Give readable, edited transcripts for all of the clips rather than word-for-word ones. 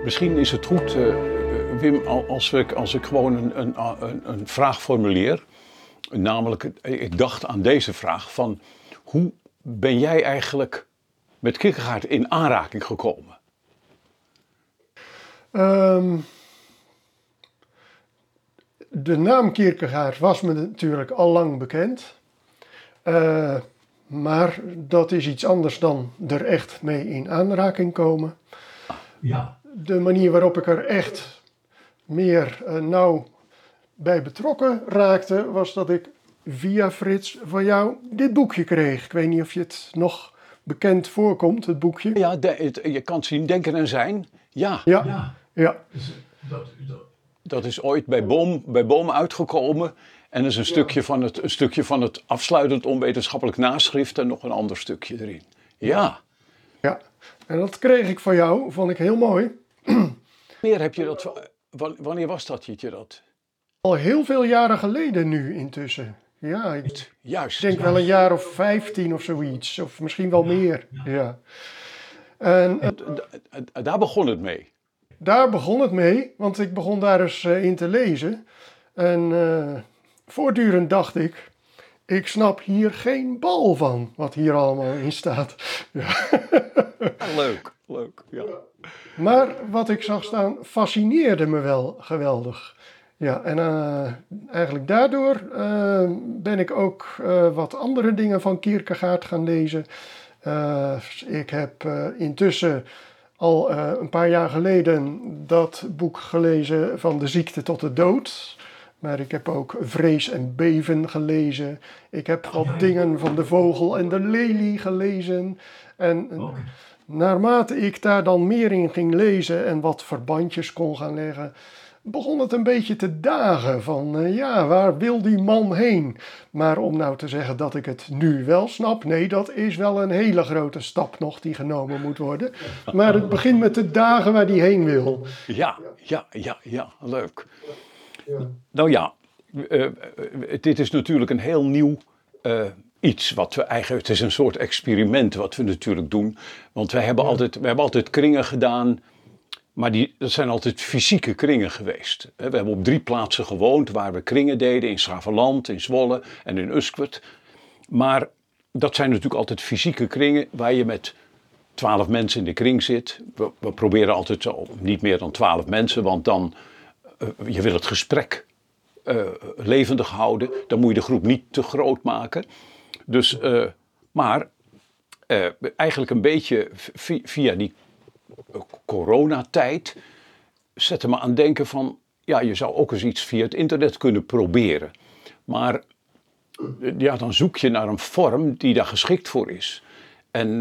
Misschien is het goed, Wim, als ik gewoon een vraag formuleer. Namelijk, ik dacht aan deze vraag van... Hoe ben jij eigenlijk met Kierkegaard in aanraking gekomen? De naam Kierkegaard was me natuurlijk al lang bekend. Maar dat is iets anders dan er echt mee in aanraking komen. Ja. De manier waarop ik er echt meer nauw bij betrokken raakte, was dat ik via Frits van jou dit boekje kreeg. Ik weet niet of je het nog bekend voorkomt, het boekje. Ja, je kan het zien, Denken en Zijn. Ja. Ja. Dat is ooit bij Boom uitgekomen. En er is een stukje van het afsluitend onwetenschappelijk naschrift en nog een ander stukje erin. Ja. Ja, en dat kreeg ik van jou, vond ik heel mooi. Wanneer was dat, je dat? Al heel veel jaren geleden nu intussen. Ja, Juist. Ik denk wel een jaar of 15 of zoiets. Of misschien wel meer. Ja. En daar begon het mee. Daar begon het mee, want ik begon daar eens in te lezen. En voortdurend dacht ik snap hier geen bal van, wat hier allemaal in staat. Ja. Leuk, ja. Maar wat ik zag staan fascineerde me wel geweldig. Ja, en eigenlijk daardoor ben ik ook wat andere dingen van Kierkegaard gaan lezen. Ik heb intussen al een paar jaar geleden dat boek gelezen Van de ziekte tot de dood. Maar ik heb ook Vrees en beven gelezen. Ik heb wat dingen van de vogel en de lelie gelezen. En naarmate ik daar dan meer in ging lezen en wat verbandjes kon gaan leggen, begon het een beetje te dagen van, waar wil die man heen? Maar om nou te zeggen dat ik het nu wel snap, nee, dat is wel een hele grote stap nog die genomen moet worden. Maar het begint met de dagen waar die heen wil. Ja, leuk. Ja. Nou ja, dit is natuurlijk een heel nieuw iets wat we eigenlijk, het is een soort experiment wat we natuurlijk doen. Want we hebben altijd kringen gedaan. Maar dat zijn altijd fysieke kringen geweest. We hebben op 3 plaatsen gewoond waar we kringen deden. In Schravenland, in Zwolle en in Usquert. Maar dat zijn natuurlijk altijd fysieke kringen waar je met 12 mensen in de kring zit. We proberen altijd zo niet meer dan 12 mensen, want dan je wil het gesprek levendig houden. Dan moet je de groep niet te groot maken. Dus, eigenlijk een beetje via die coronatijd zette me aan denken van, ja, je zou ook eens iets via het internet kunnen proberen. Maar ja, dan zoek je naar een vorm die daar geschikt voor is. En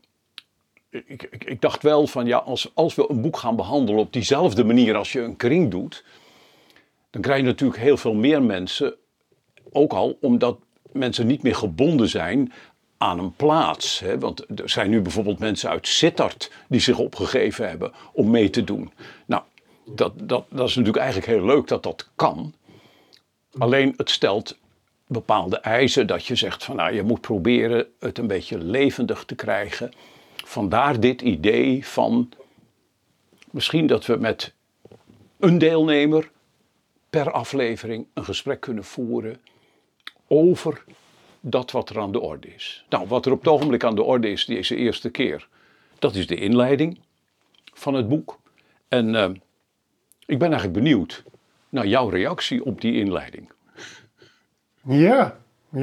ik dacht wel van, ja, als we een boek gaan behandelen op diezelfde manier als je een kring doet, dan krijg je natuurlijk heel veel meer mensen, ook al omdat mensen niet meer gebonden zijn aan een plaats. Hè? Want er zijn nu bijvoorbeeld mensen uit Sittard die zich opgegeven hebben om mee te doen. Nou, dat is natuurlijk eigenlijk heel leuk dat dat kan. Alleen het stelt bepaalde eisen dat je zegt van, nou, je moet proberen het een beetje levendig te krijgen. Vandaar dit idee van misschien dat we met een deelnemer per aflevering een gesprek kunnen voeren over dat wat er aan de orde is. Nou, wat er op het ogenblik aan de orde is, deze eerste keer, dat is de inleiding van het boek. En ik ben eigenlijk benieuwd naar jouw reactie op die inleiding. Ja.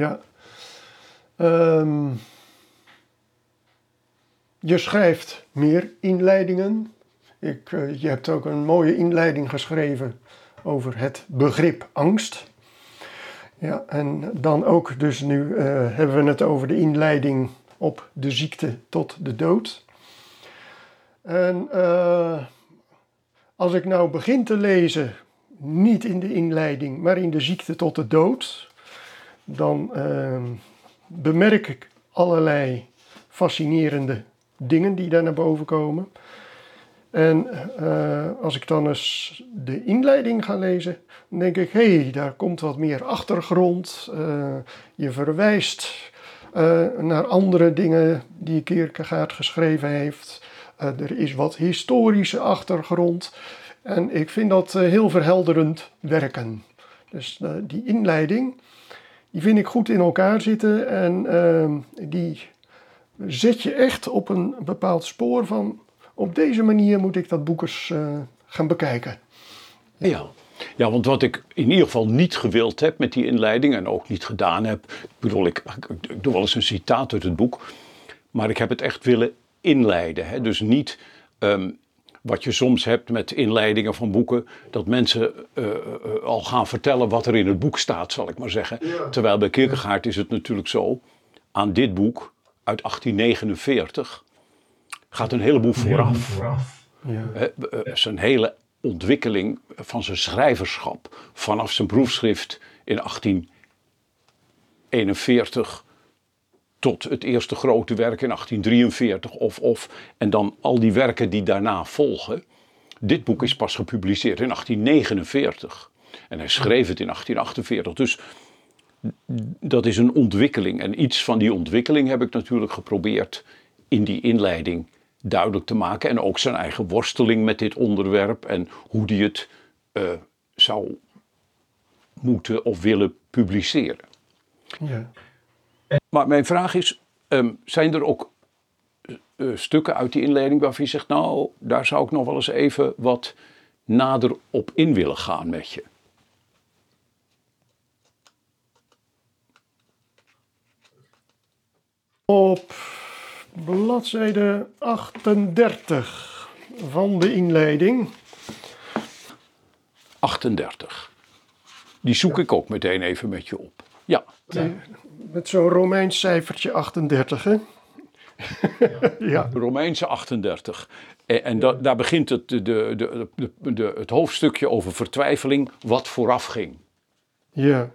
Je schrijft meer inleidingen. Je hebt ook een mooie inleiding geschreven over het begrip angst. Ja, en dan ook dus nu hebben we het over de inleiding op de ziekte tot de dood. En als ik nou begin te lezen, niet in de inleiding, maar in de ziekte tot de dood, dan bemerk ik allerlei fascinerende dingen die daar naar boven komen. En als ik dan eens de inleiding ga lezen, dan denk ik, hé, daar komt wat meer achtergrond. Je verwijst naar andere dingen die Kierkegaard geschreven heeft. Er is wat historische achtergrond. En ik vind dat heel verhelderend werken. Dus die inleiding, die vind ik goed in elkaar zitten. En die zet je echt op een bepaald spoor van... Op deze manier moet ik dat boek eens gaan bekijken. Ja, want wat ik in ieder geval niet gewild heb met die inleiding en ook niet gedaan heb. Ik bedoel, ik doe wel eens een citaat uit het boek. Maar ik heb het echt willen inleiden. Hè? Dus niet wat je soms hebt met inleidingen van boeken. Dat mensen al gaan vertellen wat er in het boek staat, zal ik maar zeggen. Ja. Terwijl bij Kierkegaard is het natuurlijk zo. Aan dit boek uit 1849 gaat een heleboel vooraf. Ja. Zijn hele ontwikkeling van zijn schrijverschap vanaf zijn proefschrift in 1841 tot het eerste grote werk in 1843 en dan al die werken die daarna volgen. Dit boek is pas gepubliceerd in 1849 en hij schreef het in 1848. Dus dat is een ontwikkeling en iets van die ontwikkeling heb ik natuurlijk geprobeerd in die inleiding duidelijk te maken. En ook zijn eigen worsteling met dit onderwerp en hoe die het zou moeten of willen publiceren. Ja. Maar mijn vraag is, zijn er ook stukken uit die inleiding waarvan je zegt, nou, daar zou ik nog wel eens even wat nader op in willen gaan met je? Op bladzijde 38 van de inleiding. 38. Die zoek ik ook meteen even met je op. Ja. Met zo'n Romeins cijfertje 38, hè? Ja. Romeinse 38. En daar begint het hoofdstukje over vertwijfeling wat vooraf ging. Ja.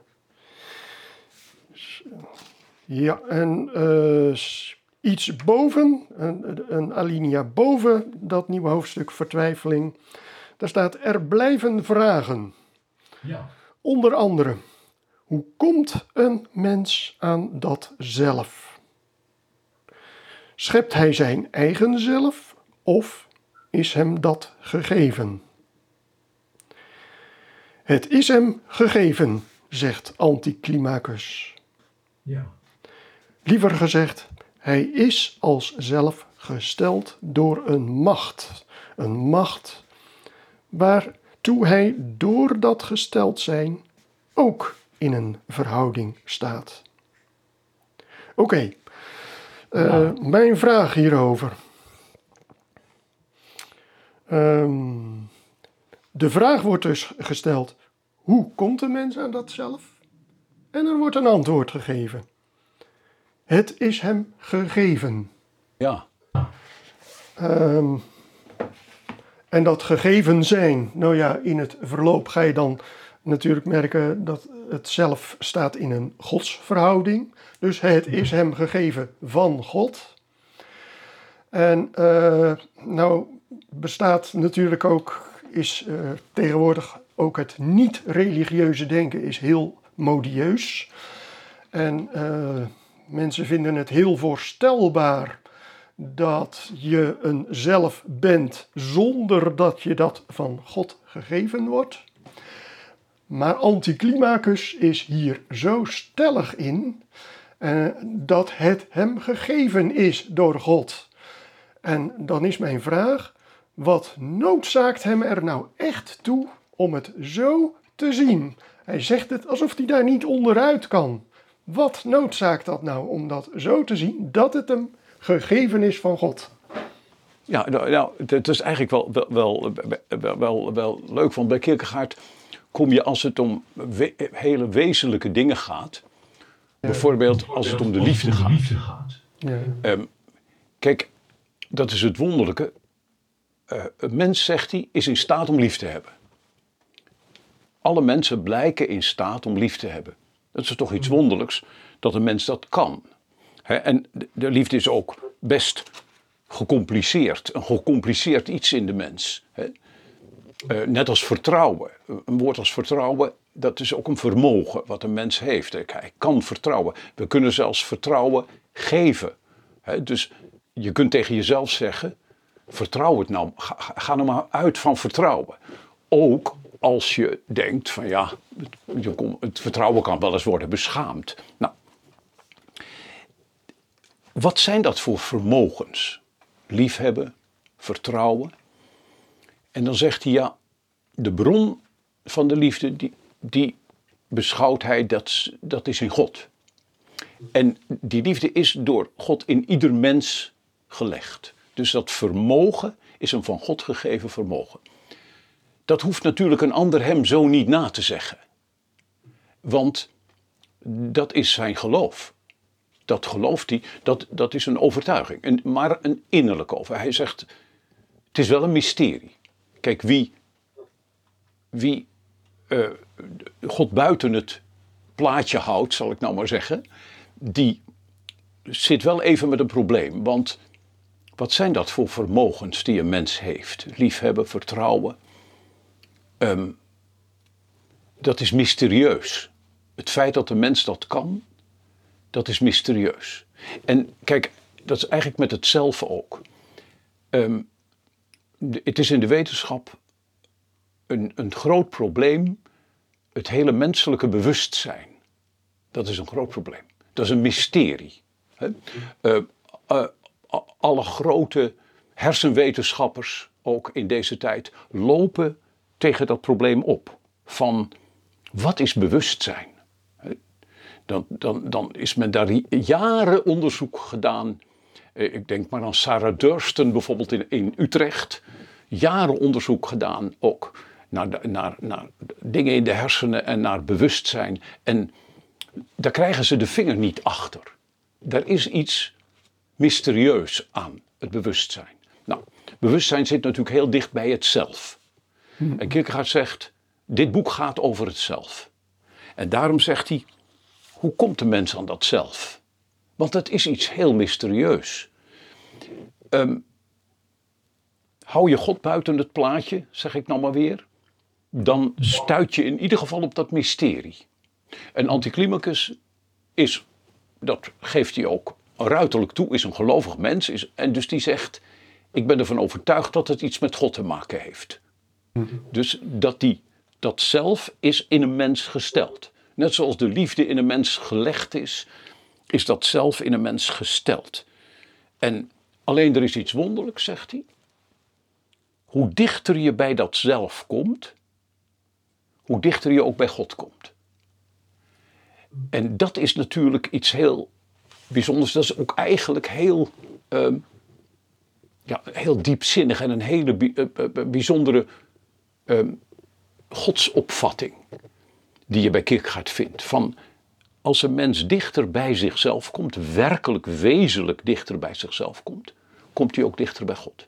Ja, en iets boven, een alinea boven dat nieuwe hoofdstuk vertwijfeling, daar staat er blijven vragen. Ja. Onder andere, hoe komt een mens aan dat zelf? Schept hij zijn eigen zelf of is hem dat gegeven? Het is hem gegeven, zegt Anticlimacus. Ja. Liever gezegd, hij is als zelf gesteld door een macht. Een macht waartoe hij door dat gesteld zijn ook in een verhouding staat. Oké, mijn vraag hierover. De vraag wordt dus gesteld, hoe komt de mens aan dat zelf? En er wordt een antwoord gegeven. Het is hem gegeven. Ja. En dat gegeven zijn, nou ja, in het verloop ga je dan natuurlijk merken dat het zelf staat in een godsverhouding. Dus het is hem gegeven van God. En nou bestaat natuurlijk ook, is tegenwoordig ook het niet-religieuze denken is heel modieus. En mensen vinden het heel voorstelbaar dat je een zelf bent zonder dat je dat van God gegeven wordt. Maar Anticlimacus is hier zo stellig in dat het hem gegeven is door God. En dan is mijn vraag, wat noodzaakt hem er nou echt toe om het zo te zien? Hij zegt het alsof hij daar niet onderuit kan. Wat noodzaakt dat nou om dat zo te zien dat het hem gegeven is van God? Ja, nou, het is eigenlijk wel leuk, want bij Kierkegaard kom je als het om hele wezenlijke dingen gaat, bijvoorbeeld als het om de liefde gaat. Ja. Kijk, dat is het wonderlijke. Een mens, zegt hij, is in staat om lief te hebben. Alle mensen blijken in staat om lief te hebben. Dat is toch iets wonderlijks, dat een mens dat kan. En de liefde is ook best gecompliceerd. Een gecompliceerd iets in de mens. Net als vertrouwen. Een woord als vertrouwen, dat is ook een vermogen wat een mens heeft. Hij kan vertrouwen. We kunnen zelfs vertrouwen geven. Dus je kunt tegen jezelf zeggen, vertrouw het nou. Ga er maar uit van vertrouwen. Ook als je denkt van ja, het vertrouwen kan wel eens worden beschaamd. Nou, wat zijn dat voor vermogens? Liefhebben, vertrouwen. En dan zegt hij ja, de bron van de liefde, die beschouwt hij, dat is in God. En die liefde is door God in ieder mens gelegd. Dus dat vermogen is een van God gegeven vermogen. Dat hoeft natuurlijk een ander hem zo niet na te zeggen. Want dat is zijn geloof. Dat gelooft hij, dat is een overtuiging. Maar een innerlijke overtuiging. Hij zegt, het is wel een mysterie. Kijk, wie God buiten het plaatje houdt, zal ik nou maar zeggen, die zit wel even met een probleem. Want wat zijn dat voor vermogens die een mens heeft? Liefhebben, vertrouwen. Dat is mysterieus. Het feit dat de mens dat kan, dat is mysterieus. En kijk, dat is eigenlijk met het zelf ook. Het is in de wetenschap een groot probleem, het hele menselijke bewustzijn. Dat is een groot probleem. Dat is een mysterie. Alle grote hersenwetenschappers, ook in deze tijd, lopen tegen dat probleem op. Van, wat is bewustzijn? Dan is men daar jaren onderzoek gedaan. Ik denk maar aan Sarah Thurston bijvoorbeeld in Utrecht. Jaren onderzoek gedaan ook naar dingen in de hersenen en naar bewustzijn. En daar krijgen ze de vinger niet achter. Er is iets mysterieus aan het bewustzijn. Nou, bewustzijn zit natuurlijk heel dicht bij het zelf. En Kierkegaard zegt, dit boek gaat over het zelf. En daarom zegt hij, hoe komt de mens aan dat zelf? Want het is iets heel mysterieus. Hou je God buiten het plaatje, zeg ik nou maar weer, dan stuit je in ieder geval op dat mysterie. En Anticlimacus is, dat geeft hij ook ruiterlijk toe, is een gelovig mens. En dus die zegt, ik ben ervan overtuigd dat het iets met God te maken heeft. Dus dat zelf is in een mens gesteld. Net zoals de liefde in een mens gelegd is dat zelf in een mens gesteld. En alleen er is iets wonderlijks, zegt hij. Hoe dichter je bij dat zelf komt, hoe dichter je ook bij God komt. En dat is natuurlijk iets heel bijzonders. Dat is ook eigenlijk heel diepzinnig en een hele bijzondere godsopvatting die je bij Kierkegaard vindt. Van als een mens dichter bij zichzelf komt, werkelijk wezenlijk dichter bij zichzelf komt hij ook dichter bij God.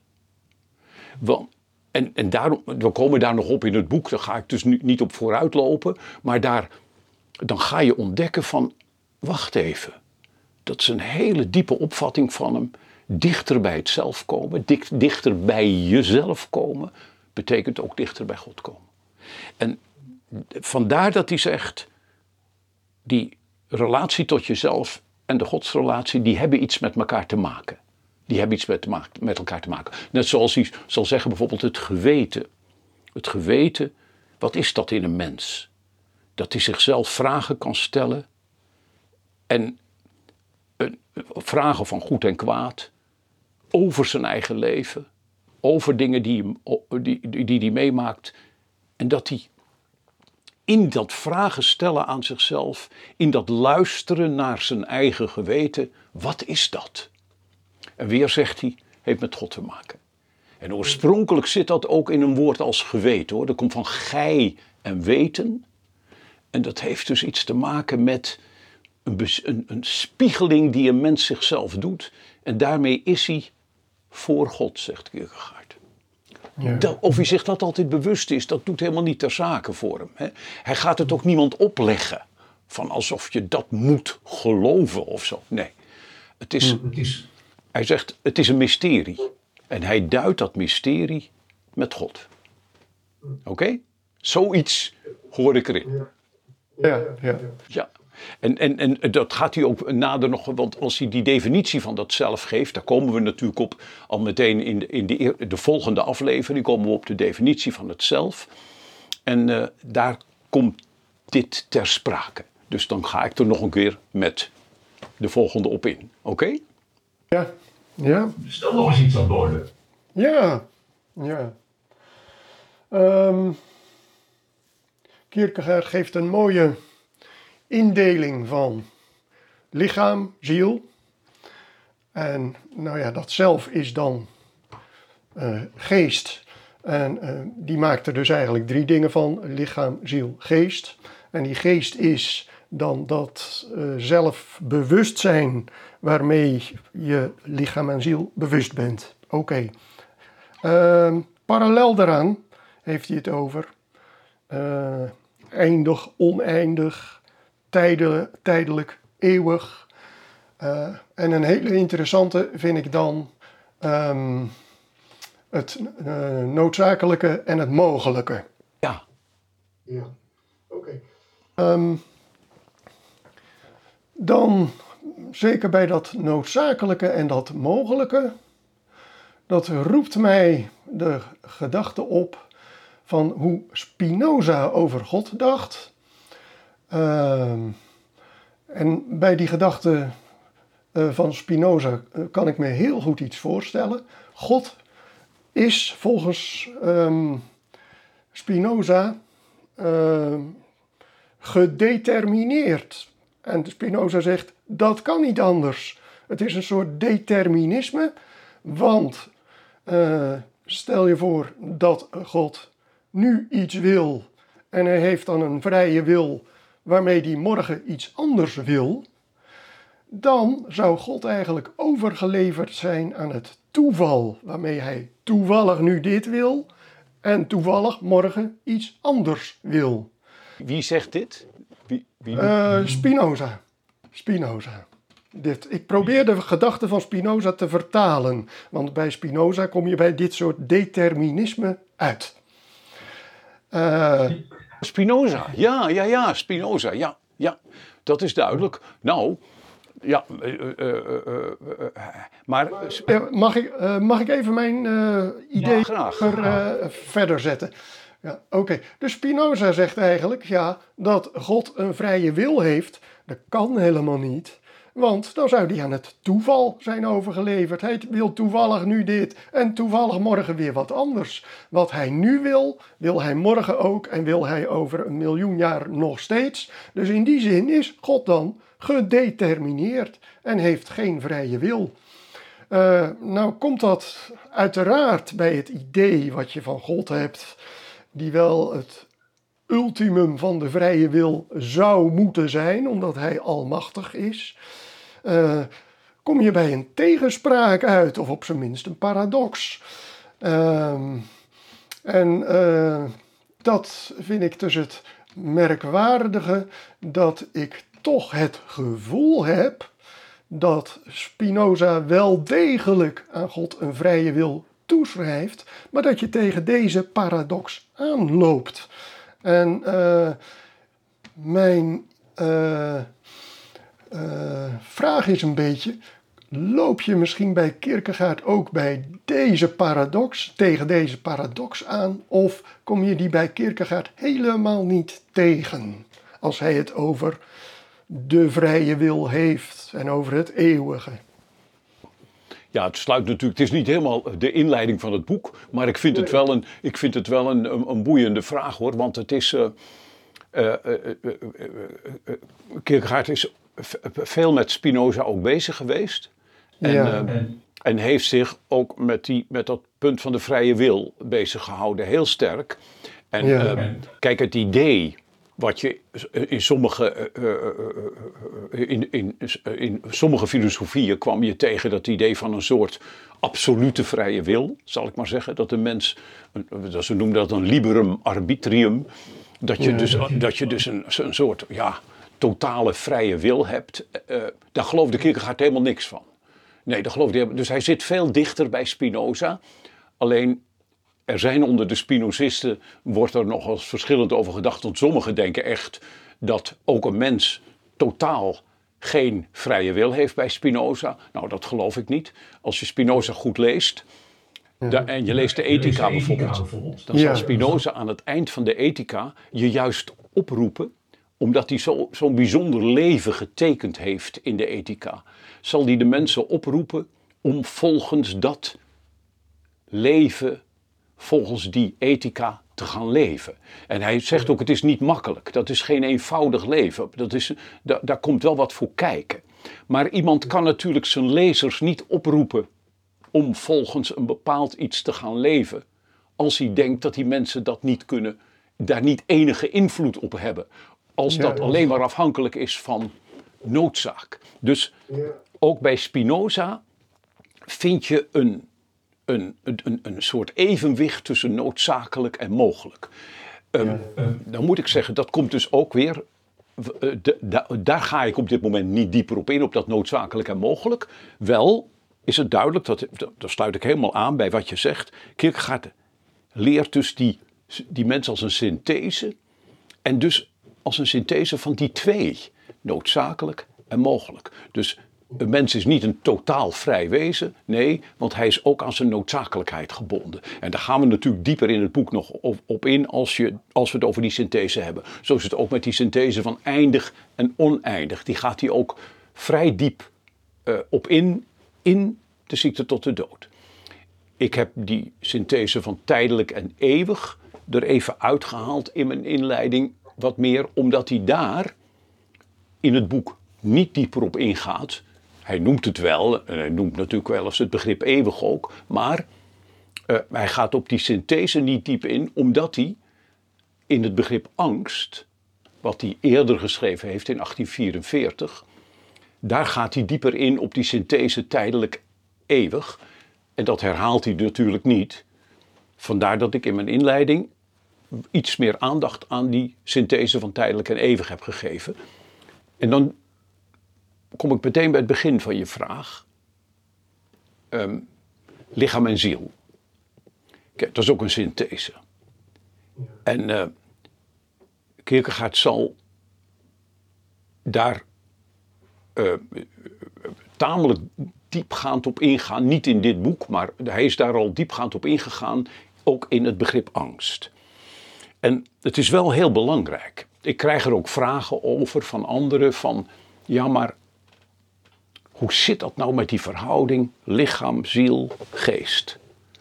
En daarom, we komen daar nog op in het boek, daar ga ik dus nu niet op vooruit lopen, maar dan ga je ontdekken van, wacht even, dat is een hele diepe opvatting van hem. Dichter bij het zelf komen, dichter bij jezelf komen, betekent ook dichter bij God komen. En vandaar dat hij zegt, die relatie tot jezelf en de godsrelatie, die hebben iets met elkaar te maken. Die hebben iets met elkaar te maken. Net zoals hij zal zeggen bijvoorbeeld het geweten. Het geweten, wat is dat in een mens? Dat hij zichzelf vragen kan stellen. En vragen van goed en kwaad. Over zijn eigen leven. Over dingen die hij meemaakt. En dat hij in dat vragen stellen aan zichzelf. In dat luisteren naar zijn eigen geweten. Wat is dat? En weer zegt hij, heeft met God te maken. En oorspronkelijk zit dat ook in een woord als geweten, hoor. Dat komt van gij en weten. En dat heeft dus iets te maken met een spiegeling die een mens zichzelf doet. En daarmee is hij voor God, zegt Kierkegaard. Ja. Of hij zich dat altijd bewust is, dat doet helemaal niet ter zake voor hem. Hè. Hij gaat het ook niemand opleggen. Van alsof je dat moet geloven of zo. Nee, hij zegt, het is een mysterie. En hij duidt dat mysterie met God. Oké? Zoiets hoor ik erin. Ja. En dat gaat hij ook nader nog, want als hij die definitie van dat zelf geeft, daar komen we natuurlijk op al meteen in de volgende aflevering, komen we op de definitie van het zelf. En daar komt dit ter sprake. Dus dan ga ik er nog een keer met de volgende op in. Oké? Ja. Ja. Stel nog eens iets aan de orde. Ja. Ja. Kierkegaard geeft een mooie indeling van lichaam, ziel. En nou ja, dat zelf is dan geest. En die maakt er dus eigenlijk 3 dingen van: lichaam, ziel, geest. En die geest is dan dat zelfbewustzijn waarmee je lichaam en ziel bewust bent. Oké. Parallel daaraan heeft hij het over eindig, oneindig, tijdelijk, eeuwig. En een hele interessante vind ik dan het noodzakelijke en het mogelijke. Ja. Ja, oké. Dan, zeker bij dat noodzakelijke en dat mogelijke, dat roept mij de gedachte op van hoe Spinoza over God dacht. En bij die gedachte van Spinoza kan ik me heel goed iets voorstellen. God is volgens Spinoza gedetermineerd. En Spinoza zegt, dat kan niet anders. Het is een soort determinisme, want stel je voor dat God nu iets wil en hij heeft dan een vrije wil waarmee hij morgen iets anders wil, dan zou God eigenlijk overgeleverd zijn aan het toeval, waarmee hij toevallig nu dit wil en toevallig morgen iets anders wil. Wie zegt dit? Spinoza. Ik probeer de gedachte van Spinoza te vertalen, want bij Spinoza kom je bij dit soort determinisme uit. Spinoza, ja, Spinoza, ja, dat is duidelijk. Nou, ja, maar... Mag ik even mijn idee graag. verder zetten? Ja, oké. Dus Spinoza zegt eigenlijk, ja, dat God een vrije wil heeft, dat kan helemaal niet. Want dan zou hij aan het toeval zijn overgeleverd. Hij wil toevallig nu dit en toevallig morgen weer wat anders. Wat hij nu wil hij morgen ook en wil hij over 1 miljoen jaar nog steeds. Dus in die zin is God dan gedetermineerd en heeft geen vrije wil. Nou komt dat uiteraard bij het idee wat je van God hebt, die wel het ultimum van de vrije wil zou moeten zijn, omdat hij almachtig is. Kom je bij een tegenspraak uit, of op zijn minst een paradox. Dat vind ik dus het merkwaardige, dat ik toch het gevoel heb dat Spinoza wel degelijk aan God een vrije wil toeschrijft, maar dat je tegen deze paradox aanloopt. En mijn vraag is een beetje, loop je misschien bij Kierkegaard ook bij deze paradox, tegen deze paradox aan, of kom je die bij Kierkegaard helemaal niet tegen, als hij het over de vrije wil heeft en over het eeuwige? Ja, het sluit natuurlijk, het is niet helemaal de inleiding van het boek, maar ik vind het wel een boeiende vraag hoor, want het is, Kierkegaard is veel met Spinoza ook bezig geweest en heeft zich ook met dat punt van de vrije wil bezig gehouden, heel sterk. En kijk, het idee wat je in sommige filosofieën kwam je tegen dat idee van een soort absolute vrije wil, zal ik maar zeggen. Dat een mens, ze noemen dat een liberum arbitrium, dat je dus een soort totale vrije wil hebt. Daar geloofde Kierkegaard helemaal niks van. Nee, dat geloofde hij. Dus hij zit veel dichter bij Spinoza. Alleen, er zijn onder de Spinozisten, wordt er nog eens verschillend over gedacht. Want sommigen denken echt dat ook een mens totaal geen vrije wil heeft bij Spinoza. Nou, dat geloof ik niet. Als je Spinoza goed leest, en je leest de Ethica bijvoorbeeld, dan zal Spinoza aan het eind van de Ethica je juist oproepen, omdat hij zo'n bijzonder leven getekend heeft in de Ethica, zal hij de mensen oproepen om volgens dat leven, volgens die Ethica te gaan leven. En hij zegt ook, het is niet makkelijk. Dat is geen eenvoudig leven. Daar komt wel wat voor kijken. Maar iemand kan natuurlijk zijn lezers niet oproepen om volgens een bepaald iets te gaan leven, als hij denkt dat die mensen dat niet kunnen, daar niet enige invloed op hebben. Als dat alleen maar afhankelijk is van noodzaak. Dus ook bij Spinoza vind je een soort evenwicht tussen noodzakelijk en mogelijk. Dan moet ik zeggen, dat komt dus ook weer, daar ga ik op dit moment niet dieper op in, op dat noodzakelijk en mogelijk. Wel is het duidelijk, daar sluit ik helemaal aan bij wat je zegt. Kierkegaard leert dus die mens als een synthese. En dus als een synthese van die twee, noodzakelijk en mogelijk. Dus een mens is niet een totaal vrij wezen, nee, want hij is ook aan zijn noodzakelijkheid gebonden. En daar gaan we natuurlijk dieper in het boek nog op in als we het over die synthese hebben. Zo is het ook met die synthese van eindig en oneindig. Die gaat hij ook vrij diep op in de ziekte tot de dood. Ik heb die synthese van tijdelijk en eeuwig er even uitgehaald in mijn inleiding wat meer, omdat hij daar in het boek niet dieper op ingaat. Hij noemt het wel, en hij noemt natuurlijk wel eens het begrip eeuwig ook, maar hij gaat op die synthese niet diep in, omdat hij in het begrip angst, wat hij eerder geschreven heeft in 1844, daar gaat hij dieper in op die synthese tijdelijk eeuwig. En dat herhaalt hij natuurlijk niet. Vandaar dat ik in mijn inleiding iets meer aandacht aan die synthese van tijdelijk en eeuwig heb gegeven. En dan kom ik meteen bij het begin van je vraag. Lichaam en ziel. Kijk, dat is ook een synthese. En Kierkegaard zal daar tamelijk diepgaand op ingaan. Niet in dit boek, maar hij is daar al diepgaand op ingegaan. Ook in het begrip angst. En het is wel heel belangrijk. Ik krijg er ook vragen over van anderen van, ja, maar hoe zit dat nou met die verhouding lichaam, ziel, geest?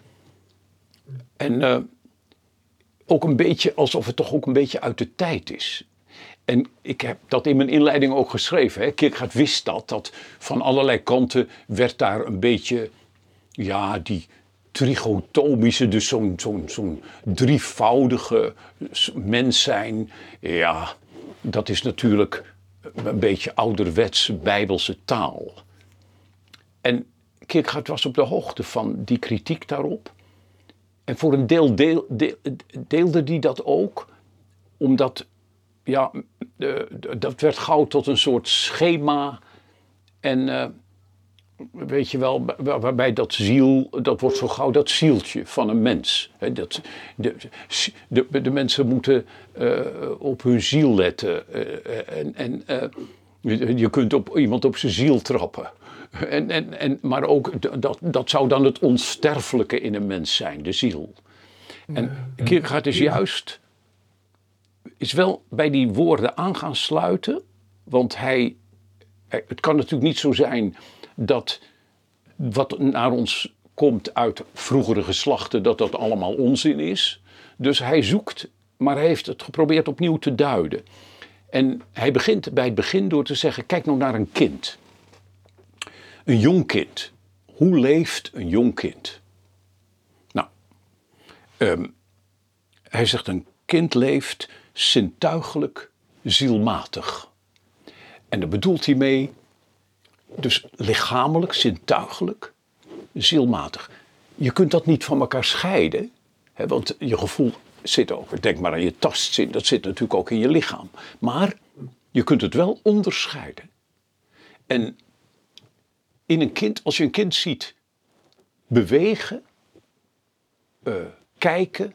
En ook een beetje alsof het toch ook een beetje uit de tijd is. En ik heb dat in mijn inleiding ook geschreven. Hè. Kierkegaard wist dat van allerlei kanten werd daar een beetje, ja, die trichotomische, dus zo'n drievoudige mens zijn. Ja, dat is natuurlijk een beetje ouderwetse bijbelse taal. En Kierkegaard was op de hoogte van die kritiek daarop. En voor een deel deelde die dat ook, omdat, ja, dat werd gauw tot een soort schema. En weet je wel, waarbij dat ziel, dat wordt zo gauw dat zieltje van een mens. De mensen moeten op hun ziel letten. Je kunt iemand op zijn ziel trappen. Maar ook, dat zou dan het onsterfelijke in een mens zijn, de ziel. En Kierkegaard is wel bij die woorden aan gaan sluiten. Want het kan natuurlijk niet zo zijn dat wat naar ons komt uit vroegere geslachten, dat allemaal onzin is. Dus hij zoekt, maar hij heeft het geprobeerd opnieuw te duiden. En hij begint bij het begin door te zeggen, kijk nou naar een kind. Een jong kind. Hoe leeft een jong kind? Nou, hij zegt een kind leeft zintuigelijk, zielmatig. En daar bedoelt hij mee, dus lichamelijk, zintuigelijk, zielmatig. Je kunt dat niet van elkaar scheiden, hè, want je gevoel zit ook, denk maar aan je tastzin, dat zit natuurlijk ook in je lichaam. Maar je kunt het wel onderscheiden. En in een kind, als je een kind ziet bewegen, kijken,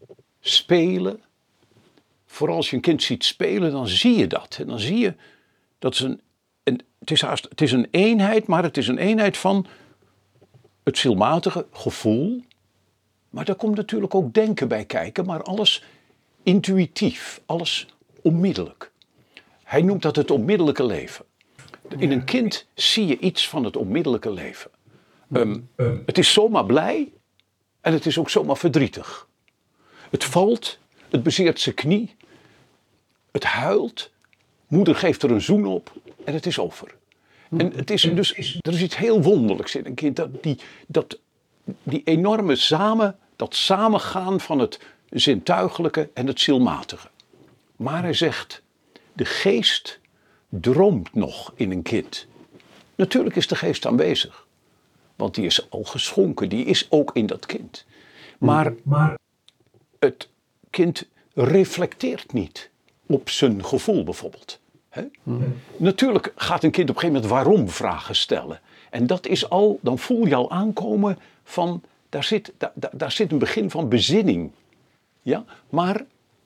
spelen. Vooral als je een kind ziet spelen, dan zie je dat. En dan zie je Dat is het is een eenheid, maar het is een eenheid van het zielmatige gevoel. Maar daar komt natuurlijk ook denken bij kijken, maar alles intuïtief, alles onmiddellijk. Hij noemt dat het onmiddellijke leven. In een kind zie je iets van het onmiddellijke leven. Het is zomaar blij en het is ook zomaar verdrietig. Het valt, het bezeert zijn knie, het huilt, moeder geeft er een zoen op en het is over. En het is dus, er is iets heel wonderlijks in een kind, die enorme dat samengaan van het zintuigelijke en het zielmatige. Maar hij zegt, de geest droomt nog in een kind. Natuurlijk is de geest aanwezig, want die is al geschonken, die is ook in dat kind. Maar het kind reflecteert niet op zijn gevoel bijvoorbeeld. Natuurlijk gaat een kind op een gegeven moment waarom vragen stellen. En dat is al, dan voel je al aankomen van, daar zit een begin van bezinning. Ja, maar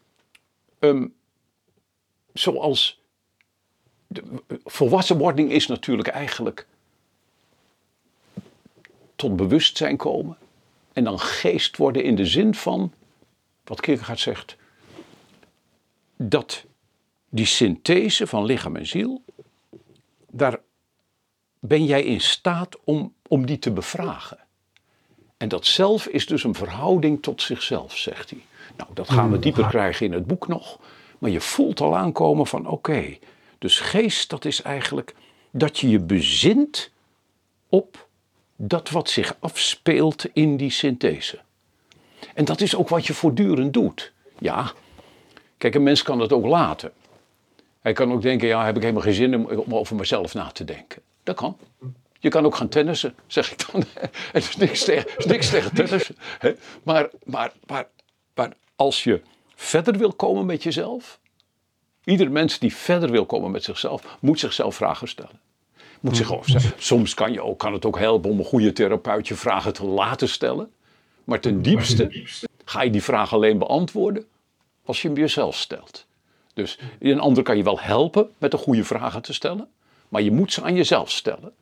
zoals de volwassenwording is natuurlijk eigenlijk tot bewustzijn komen. En dan geest worden in de zin van, wat Kierkegaard zegt, dat die synthese van lichaam en ziel, daar ben jij in staat om die te bevragen. En dat zelf is dus een verhouding tot zichzelf, zegt hij. Nou, dat gaan we dieper krijgen in het boek nog. Maar je voelt al aankomen van oké, dus geest, dat is eigenlijk dat je je bezint op dat wat zich afspeelt in die synthese. En dat is ook wat je voortdurend doet. Ja, kijk, een mens kan dat ook laten. Hij kan ook denken, ja, heb ik helemaal geen zin om over mezelf na te denken. Dat kan. Je kan ook gaan tennissen, zeg ik dan. Het is niks tegen tennissen. Maar als je verder wil komen met jezelf, iedere mens die verder wil komen met zichzelf, moet zichzelf vragen stellen. Soms kan het ook helpen om een goede therapeut je vragen te laten stellen. Maar ten diepste ga je die vraag alleen beantwoorden als je hem jezelf stelt. Dus een ander kan je wel helpen met de goede vragen te stellen, maar je moet ze aan jezelf stellen.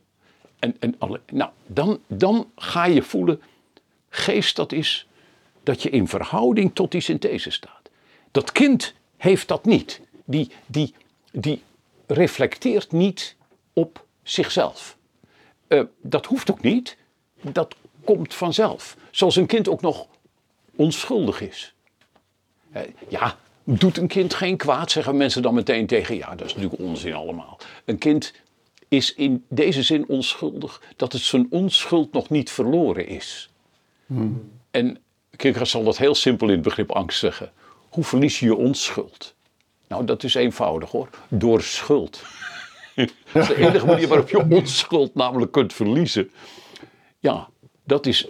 Dan ga je voelen, geest, dat is dat je in verhouding tot die synthese staat. Dat kind heeft dat niet. Die reflecteert niet op zichzelf. Dat hoeft ook niet. Dat komt vanzelf. Zoals een kind ook nog onschuldig is. Ja, doet een kind geen kwaad, zeggen mensen dan meteen tegen. Ja, dat is natuurlijk onzin allemaal. Een kind is in deze zin onschuldig, dat het zijn onschuld nog niet verloren is. En Kierkegaard zal dat heel simpel in het begrip angst zeggen. Hoe verlies je je onschuld? Nou, dat is eenvoudig hoor. Door schuld. Dat is de enige manier waarop je onschuld namelijk kunt verliezen. Ja, dat is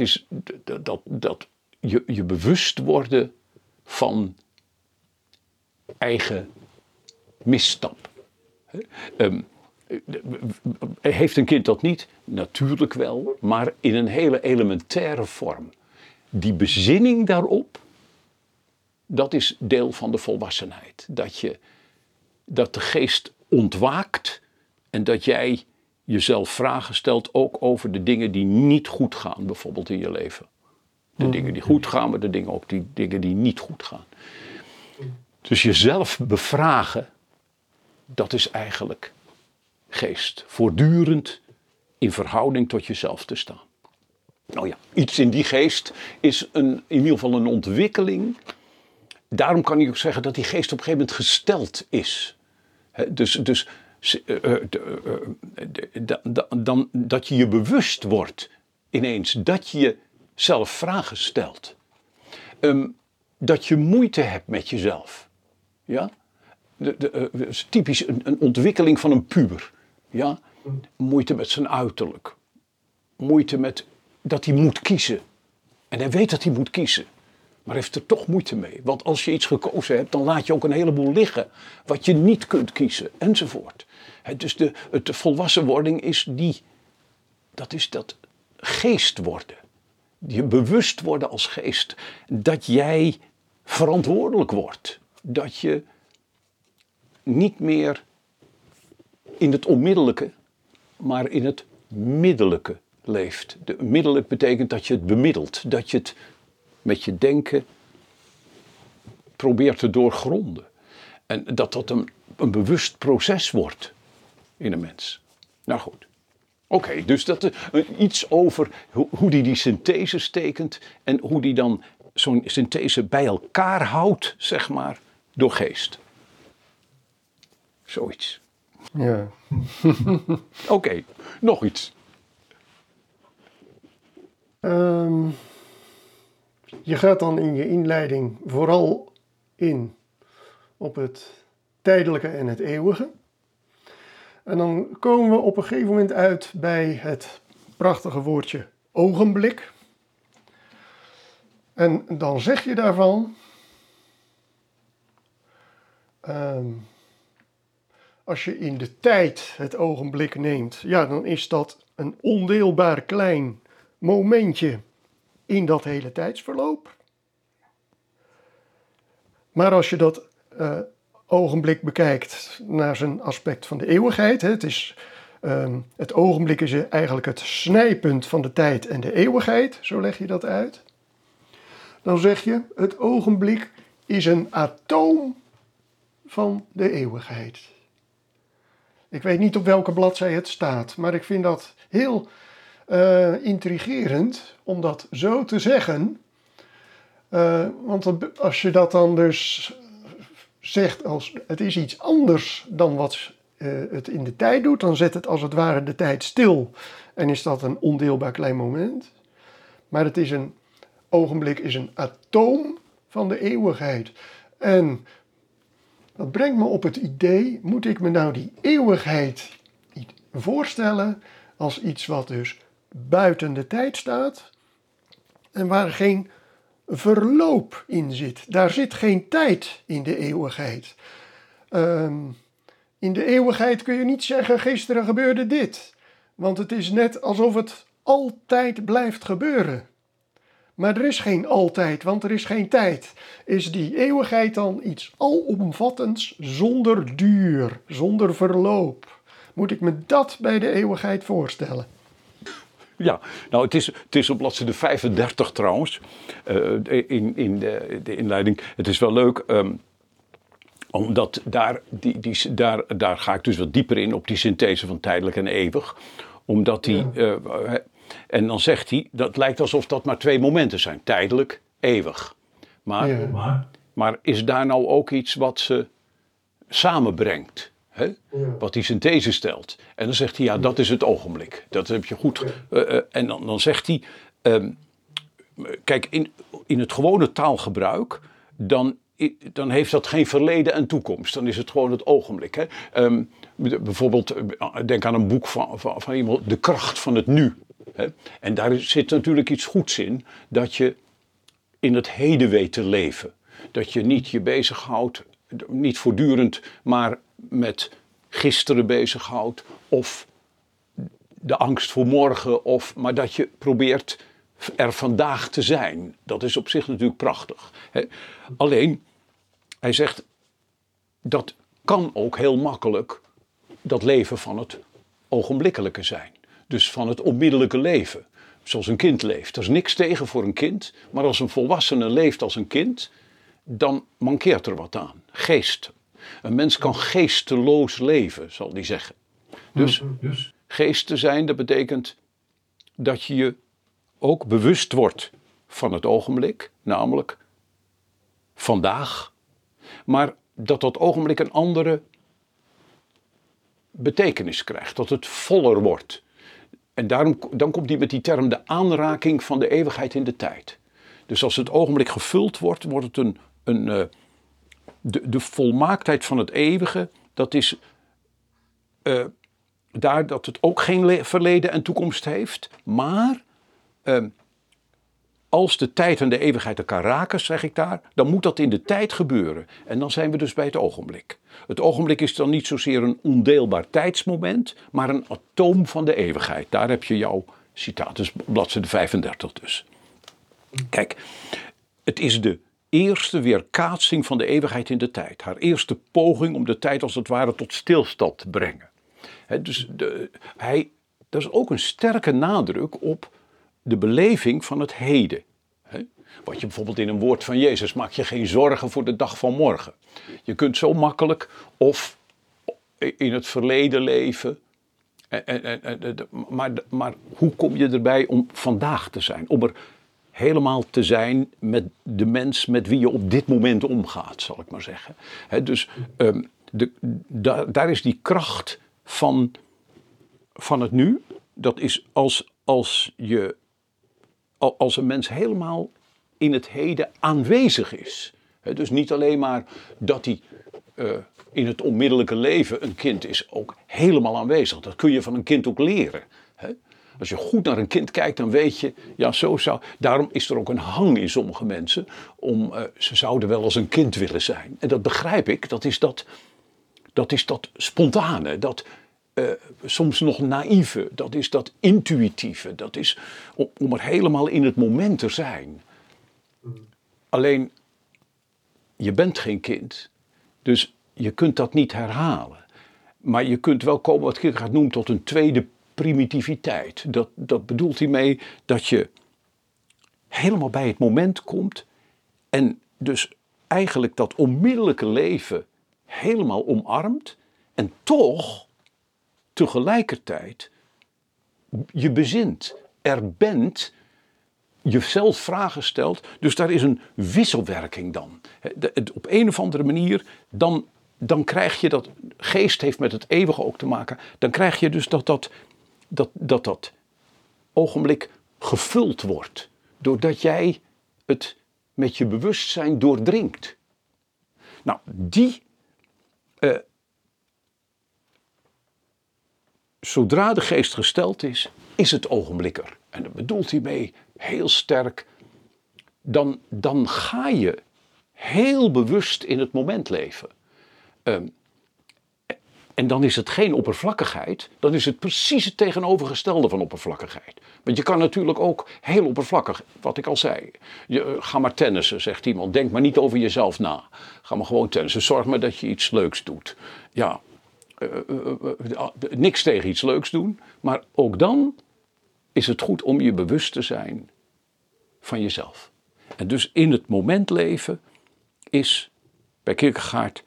je bewust worden van eigen misstap. Heeft een kind dat niet? Natuurlijk wel, maar in een hele elementaire vorm. Die bezinning daarop, dat is deel van de volwassenheid. Dat de geest ontwaakt en dat jij jezelf vragen stelt ook over de dingen die niet goed gaan, bijvoorbeeld in je leven. De dingen die goed gaan, maar de dingen die niet goed gaan. Dus jezelf bevragen, dat is eigenlijk geest. Voortdurend in verhouding tot jezelf te staan. Nou ja, iets in die geest is in ieder geval een ontwikkeling. Daarom kan ik ook zeggen dat die geest op een gegeven moment gesteld is. Dat je je bewust wordt ineens dat je jezelf vragen stelt. Dat je moeite hebt met jezelf. Ja? Is typisch een ontwikkeling van een puber. Ja? Moeite met zijn uiterlijk. Moeite met dat hij moet kiezen. En hij weet dat hij moet kiezen. Maar heeft er toch moeite mee. Want als je iets gekozen hebt, dan laat je ook een heleboel liggen. Wat je niet kunt kiezen, enzovoort. Dus de volwassenwording is dat geest worden. Je bewust worden als geest. Dat jij verantwoordelijk wordt. Dat je niet meer in het onmiddellijke, maar in het middelijke leeft. Middelijk betekent dat je het bemiddelt, dat je het met je denken probeert te doorgronden. En dat een bewust proces wordt in een mens. Nou goed. Oké, dus dat iets over hoe die synthese tekent en hoe die dan zo'n synthese bij elkaar houdt, zeg maar, door geest. Zoiets. Ja. Oké, nog iets. Je gaat dan in je inleiding vooral in op het tijdelijke en het eeuwige. En dan komen we op een gegeven moment uit bij het prachtige woordje ogenblik. En dan zeg je daarvan, als je in de tijd het ogenblik neemt, ja, dan is dat een ondeelbaar klein momentje in dat hele tijdsverloop. Maar als je dat ogenblik bekijkt naar zijn aspect van de eeuwigheid, het ogenblik is eigenlijk het snijpunt van de tijd en de eeuwigheid, zo leg je dat uit. Dan zeg je, het ogenblik is een atoom van de eeuwigheid. Ik weet niet op welke bladzij het staat, maar ik vind dat heel intrigerend om dat zo te zeggen. Want als je dat dan dus zegt als het is iets anders dan wat het in de tijd doet, dan zet het als het ware de tijd stil en is dat een ondeelbaar klein moment. Maar het is een ogenblik is een atoom van de eeuwigheid. En dat brengt me op het idee, moet ik me nou die eeuwigheid voorstellen als iets wat dus buiten de tijd staat en waar geen verloop in zit. Daar zit geen tijd in de eeuwigheid. In de eeuwigheid kun je niet zeggen, gisteren gebeurde dit. Want het is net alsof het altijd blijft gebeuren. Maar er is geen altijd, want er is geen tijd. Is die eeuwigheid dan iets alomvattends zonder duur, zonder verloop? Moet ik me dat bij de eeuwigheid voorstellen? Ja, nou het is op bladzijde 35 trouwens, in de inleiding. Het is wel leuk, omdat daar ga ik dus wat dieper in op die synthese van tijdelijk en eeuwig. Omdat die, en dan zegt hij, dat lijkt alsof dat maar 2 momenten zijn, tijdelijk, eeuwig. Maar is daar nou ook iets wat ze samenbrengt? Hè? Ja. Wat die synthese stelt. En dan zegt hij, ja, dat is het ogenblik. Dat heb je goed. En dan zegt hij, kijk, in het gewone taalgebruik, dan heeft dat geen verleden en toekomst. Dan is het gewoon het ogenblik. Hè? Bijvoorbeeld, denk aan een boek van iemand, De kracht van het nu. Hè? En daar zit natuurlijk iets goeds in, dat je in het heden weet te leven. Dat je niet je bezighoudt, niet voortdurend, maar met gisteren bezighoudt of de angst voor morgen, maar dat je probeert er vandaag te zijn. Dat is op zich natuurlijk prachtig. Hè? Alleen, hij zegt, dat kan ook heel makkelijk dat leven van het ogenblikkelijke zijn. Dus van het onmiddellijke leven. Zoals een kind leeft. Er is niks tegen voor een kind, maar als een volwassene leeft als een kind, dan mankeert er wat aan. Geest. Een mens kan geesteloos leven, zal die zeggen. Dus geest te zijn, dat betekent dat je je ook bewust wordt van het ogenblik, namelijk vandaag. Maar dat ogenblik een andere betekenis krijgt, dat het voller wordt. En dan komt hij met die term de aanraking van de eeuwigheid in de tijd. Dus als het ogenblik gevuld wordt, wordt het de volmaaktheid van het eeuwige, dat is daar dat het ook geen verleden en toekomst heeft, maar als de tijd en de eeuwigheid elkaar raken, zeg ik daar, dan moet dat in de tijd gebeuren. En dan zijn we dus bij het ogenblik. Het ogenblik is dan niet zozeer een ondeelbaar tijdsmoment, maar een atoom van de eeuwigheid. Daar heb je jouw citaat, dus bladzijde 35 dus. Kijk, het is de eerste weerkaatsing van de eeuwigheid in de tijd. Haar eerste poging om de tijd als het ware tot stilstand te brengen. Dus dat is ook een sterke nadruk op de beleving van het heden. Wat je bijvoorbeeld in een woord van Jezus, maak je geen zorgen voor de dag van morgen. Je kunt zo makkelijk of in het verleden leven. Maar hoe kom je erbij om vandaag te zijn? Om er helemaal te zijn met de mens met wie je op dit moment omgaat, zal ik maar zeggen. Dus daar is die kracht van het nu. Dat is als een mens helemaal in het heden aanwezig is. Dus niet alleen maar dat hij in het onmiddellijke leven een kind is, ook helemaal aanwezig. Dat kun je van een kind ook leren. Als je goed naar een kind kijkt, dan weet je, ja, zo zou. Daarom is er ook een hang in sommige mensen ze zouden wel als een kind willen zijn. En dat begrijp ik, dat is dat spontane, dat soms nog naïeve, dat is dat intuïtieve, dat is om er helemaal in het moment te zijn. Alleen, je bent geen kind, dus je kunt dat niet herhalen. Maar je kunt wel komen, wat Kierkegaard noemt, tot een tweede primitiviteit. Dat bedoelt hij mee dat je helemaal bij het moment komt en dus eigenlijk dat onmiddellijke leven helemaal omarmt en toch tegelijkertijd je bezint, er bent, jezelf vragen stelt. Dus daar is een wisselwerking dan. Op een of andere manier, dan krijg je dat, geest heeft met het eeuwige ook te maken, dan krijg je dus dat ogenblik gevuld wordt. Doordat jij het met je bewustzijn doordringt. Nou, zodra de geest gesteld is het ogenblik er. En dat bedoelt hij mee heel sterk. Dan ga je heel bewust in het moment leven. En dan is het geen oppervlakkigheid. Dan is het precies het tegenovergestelde van oppervlakkigheid. Want je kan natuurlijk ook heel oppervlakkig, wat ik al zei. Ga maar tennissen, zegt iemand. Denk maar niet over jezelf na. Ga maar gewoon tennissen. Zorg maar dat je iets leuks doet. Ja, niks tegen iets leuks doen. Maar ook dan is het goed om je bewust te zijn van jezelf. En dus in het moment leven is bij Kierkegaard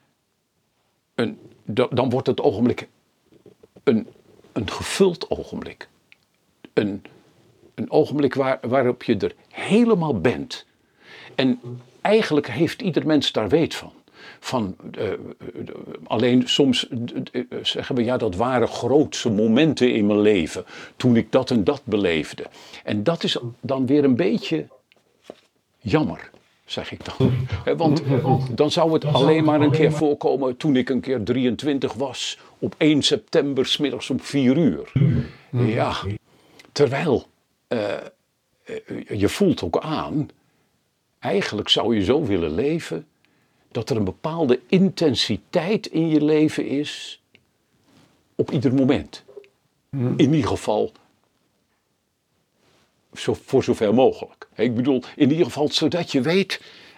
dan wordt het ogenblik een gevuld ogenblik. Een ogenblik waarop je er helemaal bent. En eigenlijk heeft ieder mens daar weet van. Alleen soms zeggen we, ja, dat waren grootse momenten in mijn leven. Toen ik dat en dat beleefde. En dat is dan weer een beetje jammer, zeg ik dan. Want dan zou het alleen maar een keer voorkomen toen ik een keer 23 was. Op 1 september 's middags om 4 uur. Ja, terwijl je voelt ook aan, eigenlijk zou je zo willen leven dat er een bepaalde intensiteit in je leven is op ieder moment. In ieder geval voor zover mogelijk. Ik bedoel, in ieder geval zodat je weet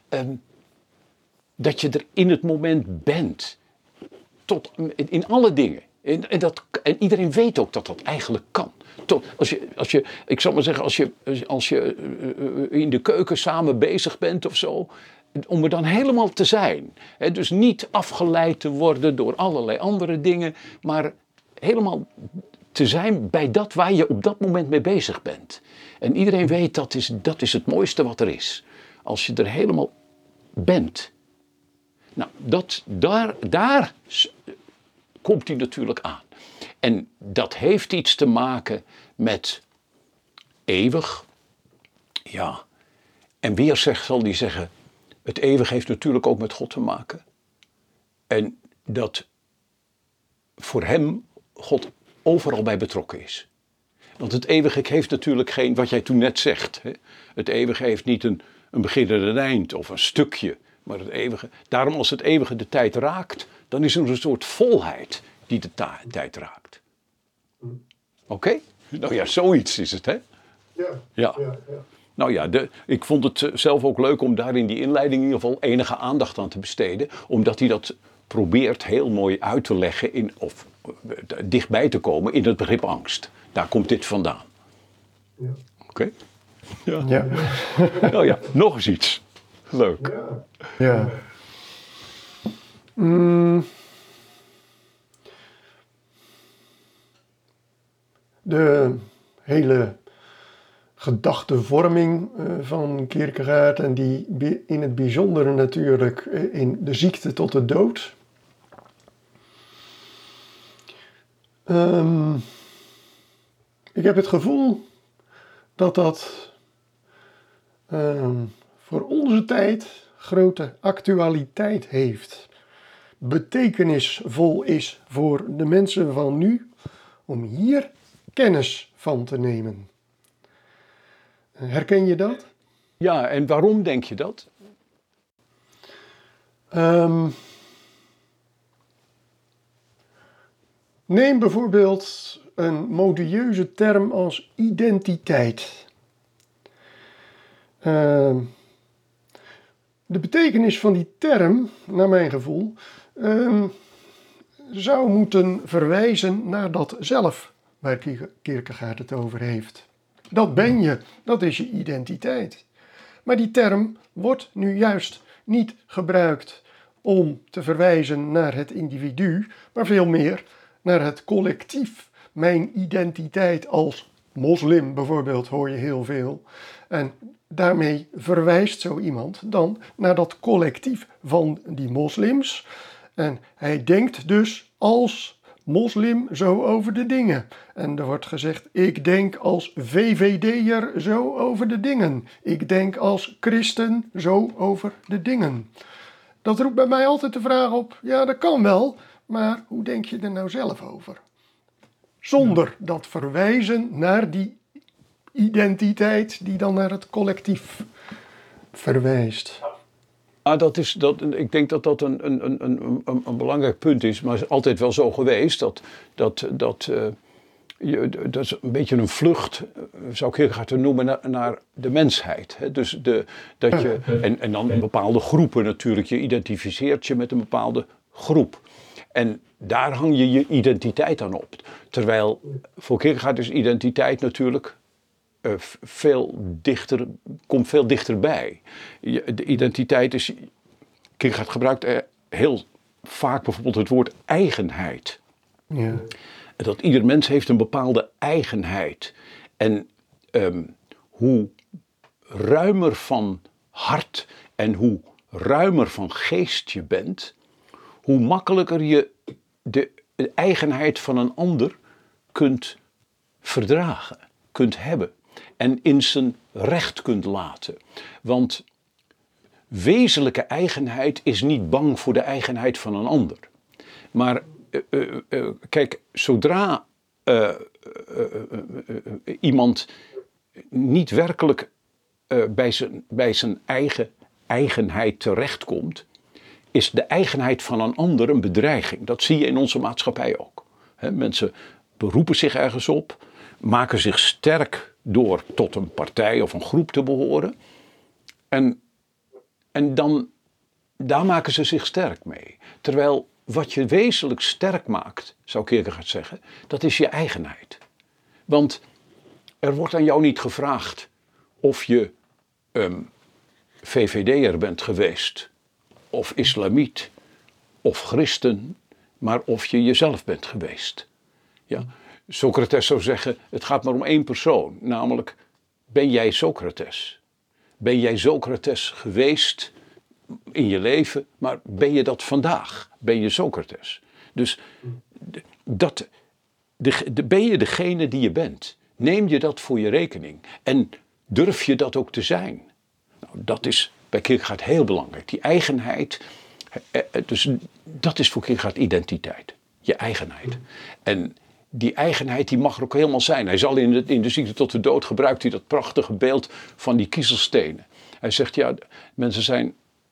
dat je er in het moment bent. In alle dingen. En iedereen weet ook dat dat eigenlijk kan. Ik zal maar zeggen, als je in de keuken samen bezig bent of zo, om er dan helemaal te zijn. Dus niet afgeleid te worden door allerlei andere dingen, maar helemaal te zijn bij dat waar je op dat moment mee bezig bent. En iedereen weet, dat is het mooiste wat er is. Als je er helemaal bent. Nou, daar komt hij natuurlijk aan. En dat heeft iets te maken met eeuwig. Ja. En weer zal hij zeggen, het eeuwig heeft natuurlijk ook met God te maken. En dat voor hem God overal bij betrokken is. Want het eeuwige heeft natuurlijk geen, wat jij toen net zegt. Hè? Het eeuwige heeft niet een begin en een eind of een stukje. Maar het eeuwige, daarom als het eeuwige de tijd raakt, dan is er een soort volheid die de tijd raakt. Oké? Nou ja, zoiets is het, hè? Ja. Nou ja, ik vond het zelf ook leuk om daar in die inleiding in ieder geval enige aandacht aan te besteden. Omdat hij dat probeert heel mooi uit te leggen of dichtbij te komen in het begrip angst. Daar komt dit vandaan. Ja. Oké? Ja. Ja. Oh ja, nog eens iets. Leuk. Ja. De hele gedachtevorming van Kierkegaard en die in het bijzondere natuurlijk in de ziekte tot de dood. Ik heb het gevoel dat voor onze tijd grote actualiteit heeft. Betekenisvol is voor de mensen van nu om hier kennis van te nemen. Herken je dat? Ja, en waarom denk je dat? Neem bijvoorbeeld een modieuze term als identiteit. De betekenis van die term, naar mijn gevoel, zou moeten verwijzen naar dat zelf waar Kierkegaard het over heeft. Dat ben je, dat is je identiteit. Maar die term wordt nu juist niet gebruikt om te verwijzen naar het individu, maar veel meer naar het collectief. Mijn identiteit als moslim bijvoorbeeld hoor je heel veel. En daarmee verwijst zo iemand dan naar dat collectief van die moslims. En hij denkt dus als moslim zo over de dingen. En er wordt gezegd, ik denk als VVD'er zo over de dingen. Ik denk als christen zo over de dingen. Dat roept bij mij altijd de vraag op, ja dat kan wel, maar hoe denk je er nou zelf over? Zonder dat verwijzen naar die identiteit die dan naar het collectief verwijst. Ik denk dat dat een belangrijk punt is, maar het is altijd wel zo geweest dat is een beetje een vlucht, zou ik heel graag te noemen, naar de mensheid. Hè? Dus en dan in bepaalde groepen natuurlijk, je identificeert je met een bepaalde groep. En daar hang je je identiteit aan op. Terwijl voor Kierkegaard is identiteit natuurlijk komt veel dichterbij. De identiteit is, Kierkegaard gebruikt heel vaak bijvoorbeeld het woord eigenheid. Ja. Dat ieder mens heeft een bepaalde eigenheid. En hoe ruimer van hart en hoe ruimer van geest je bent, hoe makkelijker je de eigenheid van een ander kunt verdragen, kunt hebben en in zijn recht kunt laten. Want wezenlijke eigenheid is niet bang voor de eigenheid van een ander. Maar kijk, zodra iemand niet werkelijk bij zijn eigen eigenheid terechtkomt, is de eigenheid van een ander een bedreiging. Dat zie je in onze maatschappij ook. Mensen beroepen zich ergens op, maken zich sterk door tot een partij of een groep te behoren. En dan, daar maken ze zich sterk mee. Terwijl wat je wezenlijk sterk maakt, zou Kierkegaard zeggen, dat is je eigenheid. Want er wordt aan jou niet gevraagd of je VVD'er bent geweest, of islamiet, of christen, maar of je jezelf bent geweest. Ja? Socrates zou zeggen, het gaat maar om één persoon, namelijk, ben jij Socrates? Ben jij Socrates geweest in je leven, maar ben je dat vandaag? Ben je Socrates? Dus ben je degene die je bent? Neem je dat voor je rekening? En durf je dat ook te zijn? Nou, dat is bij Kierkegaard heel belangrijk. Die eigenheid, dus dat is voor Kierkegaard identiteit. Je eigenheid. En die eigenheid die mag er ook helemaal zijn. Hij zal in de ziekte tot de dood gebruikt hij dat prachtige beeld van die kiezelstenen. Hij zegt, ja, mensen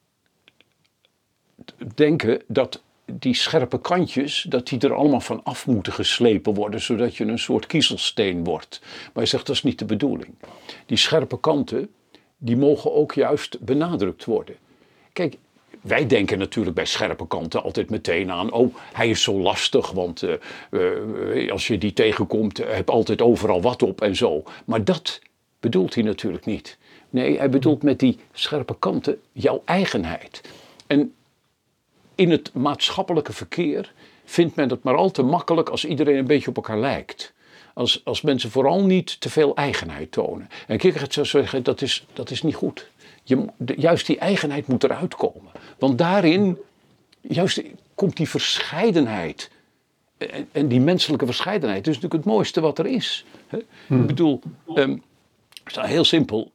denken dat die scherpe kantjes, dat die er allemaal van af moeten geslepen worden, zodat je een soort kiezelsteen wordt. Maar hij zegt, dat is niet de bedoeling. Die scherpe kanten, die mogen ook juist benadrukt worden. Kijk, wij denken natuurlijk bij scherpe kanten altijd meteen aan, oh, hij is zo lastig, want als je die tegenkomt, heb altijd overal wat op en zo. Maar dat bedoelt hij natuurlijk niet. Nee, hij bedoelt met die scherpe kanten jouw eigenheid. En in het maatschappelijke verkeer vindt men het maar al te makkelijk als iedereen een beetje op elkaar lijkt. Als mensen vooral niet te veel eigenheid tonen. En Kierkegaard zou zeggen, dat is niet goed. Juist die eigenheid moet eruit komen. Want daarin juist komt die verscheidenheid. En die menselijke verscheidenheid is natuurlijk het mooiste wat er is. Ik bedoel, heel simpel.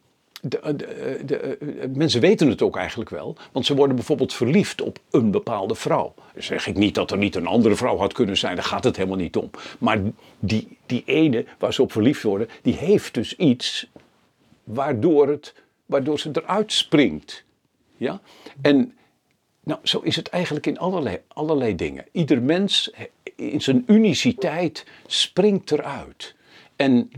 Mensen weten het ook eigenlijk wel. Want ze worden bijvoorbeeld verliefd op een bepaalde vrouw. Dan zeg ik niet dat er niet een andere vrouw had kunnen zijn. Daar gaat het helemaal niet om. Maar die ene waar ze op verliefd worden, die heeft dus iets waardoor ze eruit springt. Ja? En nou, zo is het eigenlijk in allerlei dingen. Ieder mens in zijn uniciteit springt eruit. En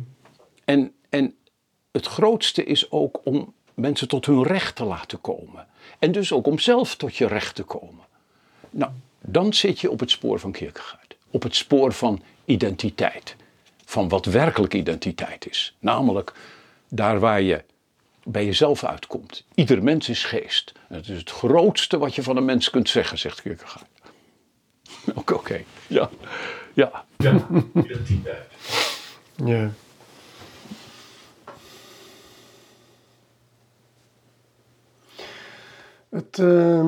het grootste is ook om mensen tot hun recht te laten komen. En dus ook om zelf tot je recht te komen. Nou, dan zit je op het spoor van Kierkegaard. Op het spoor van identiteit. Van wat werkelijk identiteit is. Namelijk daar waar je bij jezelf uitkomt. Ieder mens is geest. Het is het grootste wat je van een mens kunt zeggen, zegt Kierkegaard. Oké. Ja. Ja, identiteit. Ja. Het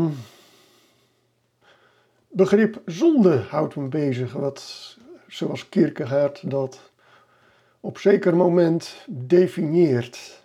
begrip zonde houdt me bezig, zoals Kierkegaard dat op zeker moment definieert.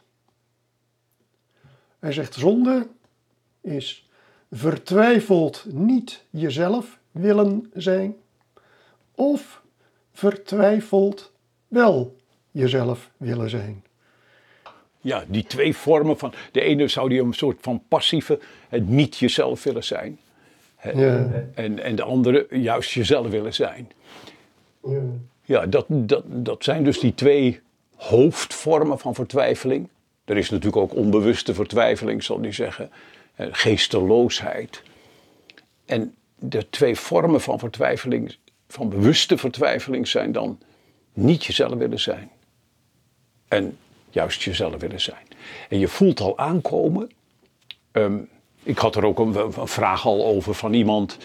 Hij zegt, zonde is vertwijfeld niet jezelf willen zijn, of vertwijfeld wel jezelf willen zijn. Ja, die twee vormen van, de ene zou die een soort van passieve, het niet jezelf willen zijn. Ja. En de andere juist jezelf willen zijn. Ja, dat zijn dus die twee hoofdvormen van vertwijfeling. Er is natuurlijk ook onbewuste vertwijfeling, zal ik zeggen. Geesteloosheid. En de twee vormen van vertwijfeling, van bewuste vertwijfeling, zijn dan niet jezelf willen zijn. En juist jezelf willen zijn. En je voelt al aankomen. Ik had er ook een vraag al over van iemand.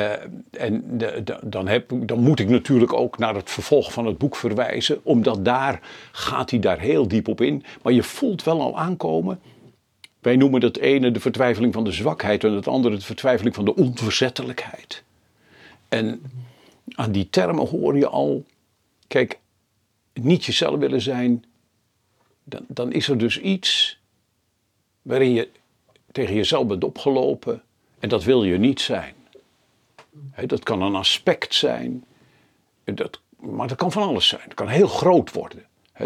Dan moet ik natuurlijk ook naar het vervolg van het boek verwijzen. Omdat gaat hij daar heel diep op in. Maar je voelt wel al aankomen. Wij noemen dat ene de vertwijfeling van de zwakheid. En het andere de vertwijfeling van de onverzettelijkheid. En aan die termen hoor je al. Kijk, niet jezelf willen zijn. Dan is er dus iets waarin je tegen jezelf bent opgelopen en dat wil je niet zijn. Dat kan een aspect zijn, maar dat kan van alles zijn. Het kan heel groot worden.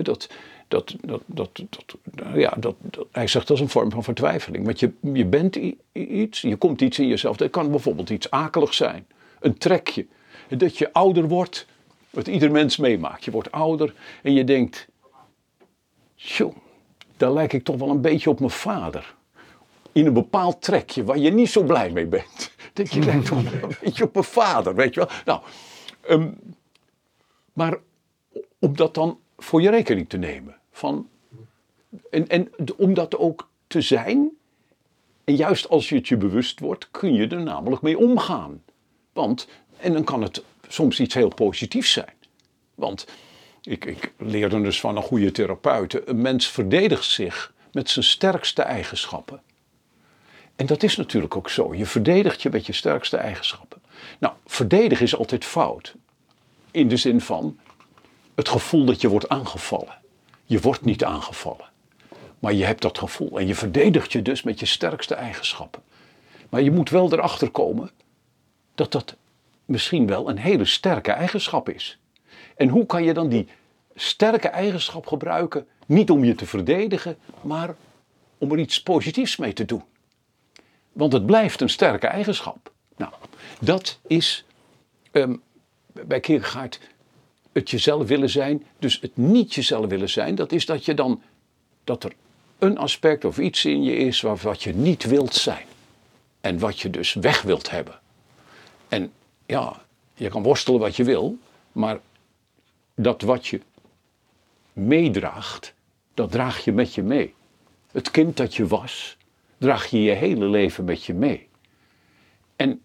Hij zegt dat is een vorm van vertwijfeling. Want je bent iets, je komt iets in jezelf. Dat kan bijvoorbeeld iets akeligs zijn, een trekje. Dat je ouder wordt, wat ieder mens meemaakt. Je wordt ouder en je denkt, tjoh, daar lijk ik toch wel een beetje op mijn vader. In een bepaald trekje waar je niet zo blij mee bent. Dat je lijkt toch wel een beetje op mijn vader, weet je wel. Nou, maar om dat dan voor je rekening te nemen. En om dat ook te zijn. En juist als je het je bewust wordt, kun je er namelijk mee omgaan. En dan kan het soms iets heel positiefs zijn. Want ik leerde dus van een goede therapeut. Een mens verdedigt zich met zijn sterkste eigenschappen. En dat is natuurlijk ook zo. Je verdedigt je met je sterkste eigenschappen. Nou, verdedigen is altijd fout. In de zin van het gevoel dat je wordt aangevallen. Je wordt niet aangevallen. Maar je hebt dat gevoel. En je verdedigt je dus met je sterkste eigenschappen. Maar je moet wel erachter komen dat dat misschien wel een hele sterke eigenschap is. En hoe kan je dan die sterke eigenschap gebruiken? Niet om je te verdedigen, maar om er iets positiefs mee te doen. Want het blijft een sterke eigenschap. Nou, dat is bij Kierkegaard het jezelf willen zijn. Dus het niet jezelf willen zijn, dat is dat er een aspect of iets in je is wat je niet wilt zijn. En wat je dus weg wilt hebben. En ja, je kan worstelen wat je wil, maar dat wat je meedraagt, dat draag je met je mee. Het kind dat je was, draag je je hele leven met je mee. En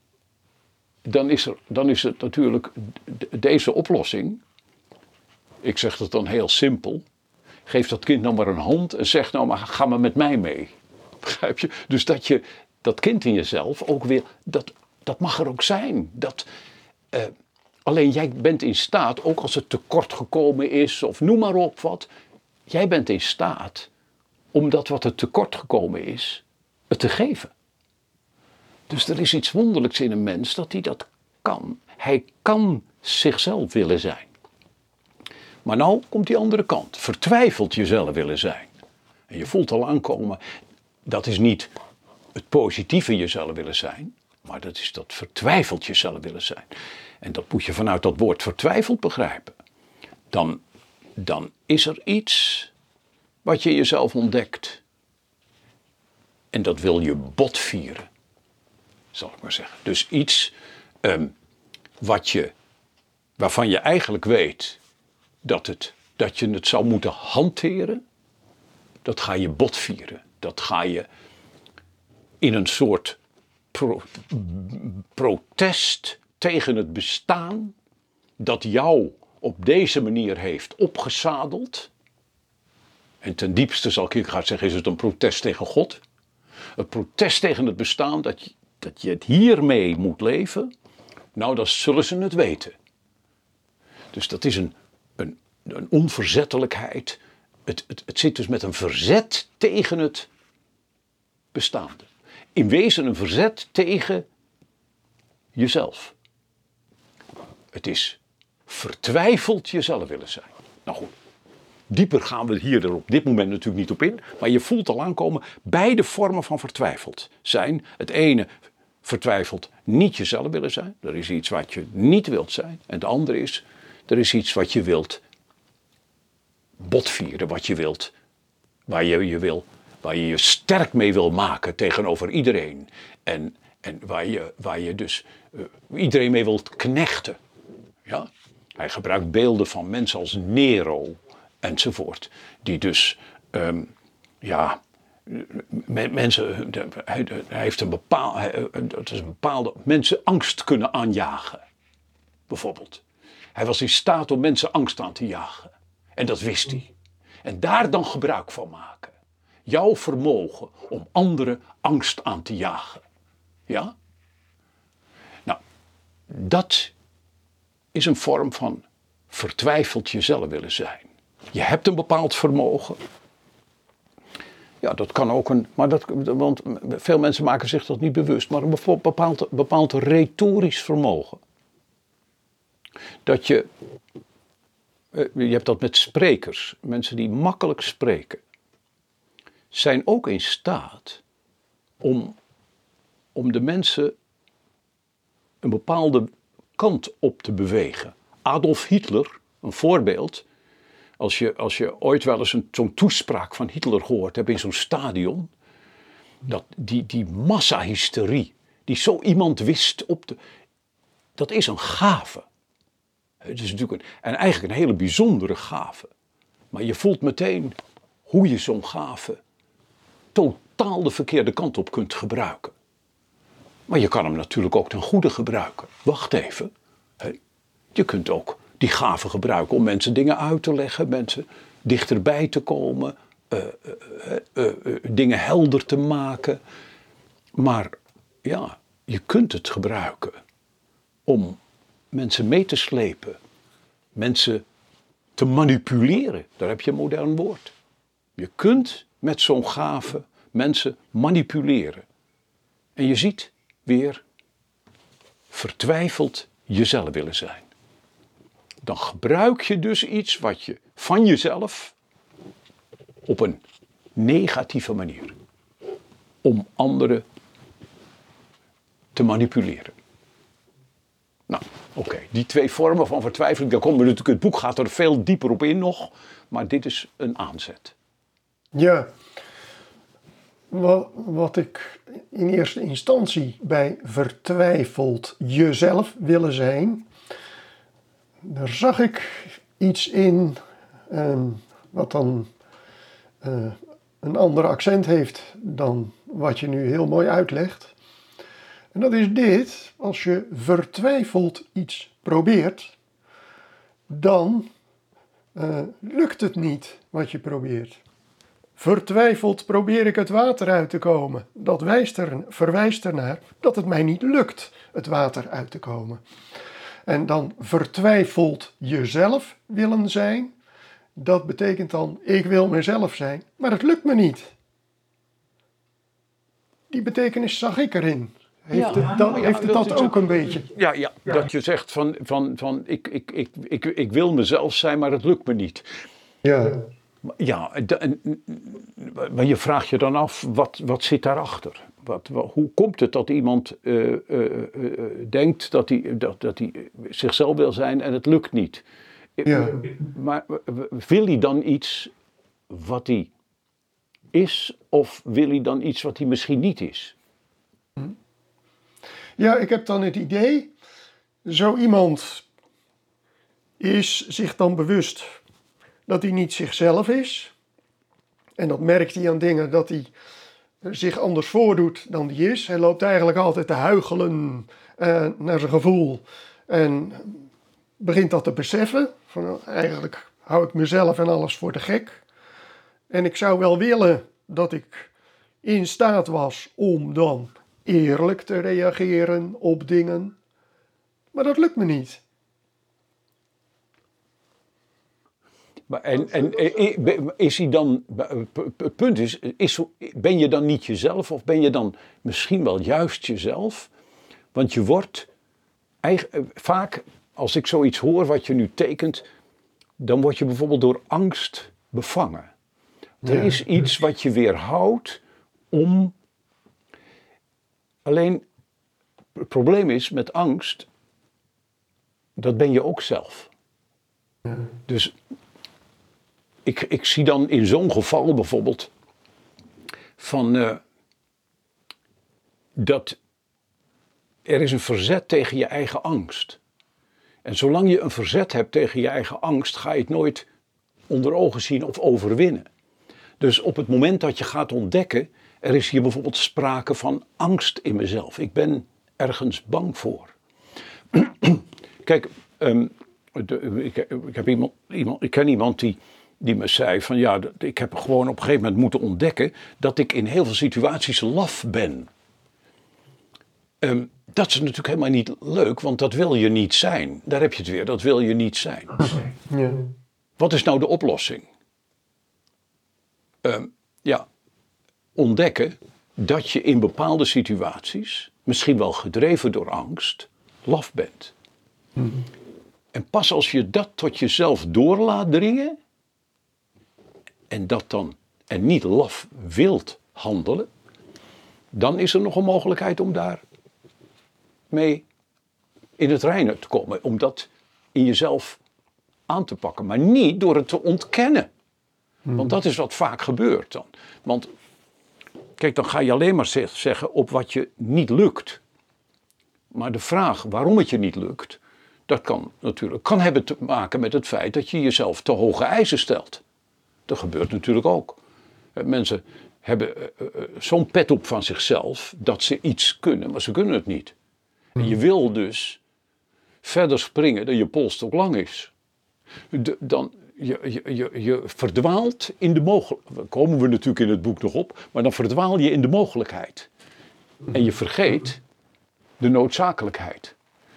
dan is het natuurlijk deze oplossing. Ik zeg dat dan heel simpel. Geef dat kind nou maar een hand en zeg nou maar ga maar met mij mee. Begrijp je? Dus dat je dat kind in jezelf ook weer, dat mag er ook zijn. Alleen jij bent in staat, ook als het tekort gekomen is of noem maar op wat. Jij bent in staat om dat wat er tekort gekomen is, het te geven. Dus er is iets wonderlijks in een mens dat hij dat kan. Hij kan zichzelf willen zijn. Maar nou komt die andere kant. Vertwijfeld jezelf willen zijn. En je voelt al aankomen, dat is niet het positieve jezelf willen zijn, maar dat is dat vertwijfeld jezelf willen zijn. En dat moet je vanuit dat woord vertwijfeld begrijpen. Dan is er iets wat je jezelf ontdekt. En dat wil je botvieren, zal ik maar zeggen. Dus iets waarvan je eigenlijk weet dat je het zou moeten hanteren, dat ga je botvieren. Dat ga je in een soort protest tegen het bestaan dat jou op deze manier heeft opgezadeld. En ten diepste zal Kierkegaard zeggen, is het een protest tegen God. Een protest tegen het bestaan dat je het hiermee moet leven. Nou, dan zullen ze het weten. Dus dat is een onverzettelijkheid. Het zit dus met een verzet tegen het bestaande. In wezen een verzet tegen jezelf. Het is vertwijfeld jezelf willen zijn. Nou goed, dieper gaan we hier er op dit moment natuurlijk niet op in. Maar je voelt al aankomen, beide vormen van vertwijfeld zijn. Het ene vertwijfeld niet jezelf willen zijn. Er is iets wat je niet wilt zijn. En het andere is, er is iets wat je wilt botvieren. Wat je wilt, waar je je sterk mee wil maken tegenover iedereen. En waar je dus iedereen mee wilt knechten. Ja? Hij gebruikt beelden van mensen als Nero enzovoort. Die dus, mensen, hij heeft een bepaalde mensen angst kunnen aanjagen. Bijvoorbeeld. Hij was in staat om mensen angst aan te jagen. En dat wist hij. En daar dan gebruik van maken. Jouw vermogen om anderen angst aan te jagen. Ja? Nou, dat is een vorm van vertwijfeld jezelf willen zijn. Je hebt een bepaald vermogen. Ja, dat kan ook want veel mensen maken zich dat niet bewust, maar een bepaald retorisch vermogen. Dat je hebt dat met sprekers, mensen die makkelijk spreken, zijn ook in staat om de mensen een bepaalde kant op te bewegen. Adolf Hitler, een voorbeeld. Als je ooit wel eens zo'n toespraak van Hitler gehoord hebt in zo'n stadion. Die massahysterie, die zo iemand wist dat is een gave. Het is natuurlijk eigenlijk een hele bijzondere gave. Maar je voelt meteen hoe je zo'n gave totaal de verkeerde kant op kunt gebruiken. Maar je kan hem natuurlijk ook ten goede gebruiken. Wacht even. Je kunt ook die gave gebruiken om mensen dingen uit te leggen, mensen dichterbij te komen, dingen helder te maken. Maar ja, je kunt het gebruiken om mensen mee te slepen, mensen te manipuleren. Daar heb je een modern woord. Je kunt met zo'n gave mensen manipuleren. En je ziet weer vertwijfeld jezelf willen zijn. Dan gebruik je dus iets wat je van jezelf op een negatieve manier om anderen te manipuleren. Nou, oké. Die twee vormen van vertwijfeling, daar komen we natuurlijk, het boek gaat er veel dieper op in nog, maar dit is een aanzet. Ja, wat ik in eerste instantie bij vertwijfeld jezelf willen zijn, daar zag ik iets in wat dan een ander accent heeft dan wat je nu heel mooi uitlegt. En dat is dit: als je vertwijfeld iets probeert, dan lukt het niet wat je probeert. Vertwijfeld probeer ik het water uit te komen. Dat verwijst ernaar dat het mij niet lukt het water uit te komen. En dan vertwijfeld jezelf willen zijn, dat betekent dan ik wil mezelf zijn, maar het lukt me niet. Die betekenis zag ik erin. Heeft het dat ook een beetje? Ja, dat je zegt van ik wil mezelf zijn, maar het lukt me niet. Ja. Ja, maar je vraagt je dan af, wat zit daarachter? Hoe komt het dat iemand denkt dat hij zichzelf wil zijn en het lukt niet? Ja. Maar wil hij dan iets wat hij is, of wil hij dan iets wat hij misschien niet is? Ja, ik heb dan het idee, zo iemand is zich dan bewust dat hij niet zichzelf is. En dat merkt hij aan dingen dat hij zich anders voordoet dan die is. Hij loopt eigenlijk altijd te huichelen naar zijn gevoel. En begint dat te beseffen. Van, eigenlijk hou ik mezelf en alles voor de gek. En ik zou wel willen dat ik in staat was om dan eerlijk te reageren op dingen. Maar dat lukt me niet. En is hij dan, het punt is, ben je dan niet jezelf of ben je dan misschien wel juist jezelf? Want je wordt vaak, als ik zoiets hoor wat je nu tekent, dan word je bijvoorbeeld door angst bevangen. Er is iets wat je weerhoudt om. Alleen, het probleem is met angst, dat ben je ook zelf. Dus ik zie dan in zo'n geval bijvoorbeeld van dat er is een verzet tegen je eigen angst. En zolang je een verzet hebt tegen je eigen angst, ga je het nooit onder ogen zien of overwinnen. Dus op het moment dat je gaat ontdekken, er is hier bijvoorbeeld sprake van angst in mezelf. Ik ben ergens bang voor. Kijk, ik ken iemand die me zei van ja, ik heb gewoon op een gegeven moment moeten ontdekken dat ik in heel veel situaties laf ben. Dat is natuurlijk helemaal niet leuk, want dat wil je niet zijn. Daar heb je het weer, dat wil je niet zijn. Ja. Wat is nou de oplossing? Ontdekken dat je in bepaalde situaties, misschien wel gedreven door angst, laf bent. En pas als je dat tot jezelf door laat dringen en niet laf wilt handelen, dan is er nog een mogelijkheid om daar mee in het reine te komen. Om dat in jezelf aan te pakken. Maar niet door het te ontkennen. Want dat is wat vaak gebeurt dan. Want kijk, dan ga je alleen maar zeggen op wat je niet lukt. Maar de vraag waarom het je niet lukt, dat kan hebben te maken met het feit dat je jezelf te hoge eisen stelt. Dat gebeurt natuurlijk ook. Mensen hebben zo'n pet op van zichzelf dat ze iets kunnen, maar ze kunnen het niet. En je wil dus verder springen dan je polstok lang is. Je verdwaalt in de mogelijkheid. Daar komen we natuurlijk in het boek nog op, maar dan verdwaal je in de mogelijkheid. En je vergeet de noodzakelijkheid.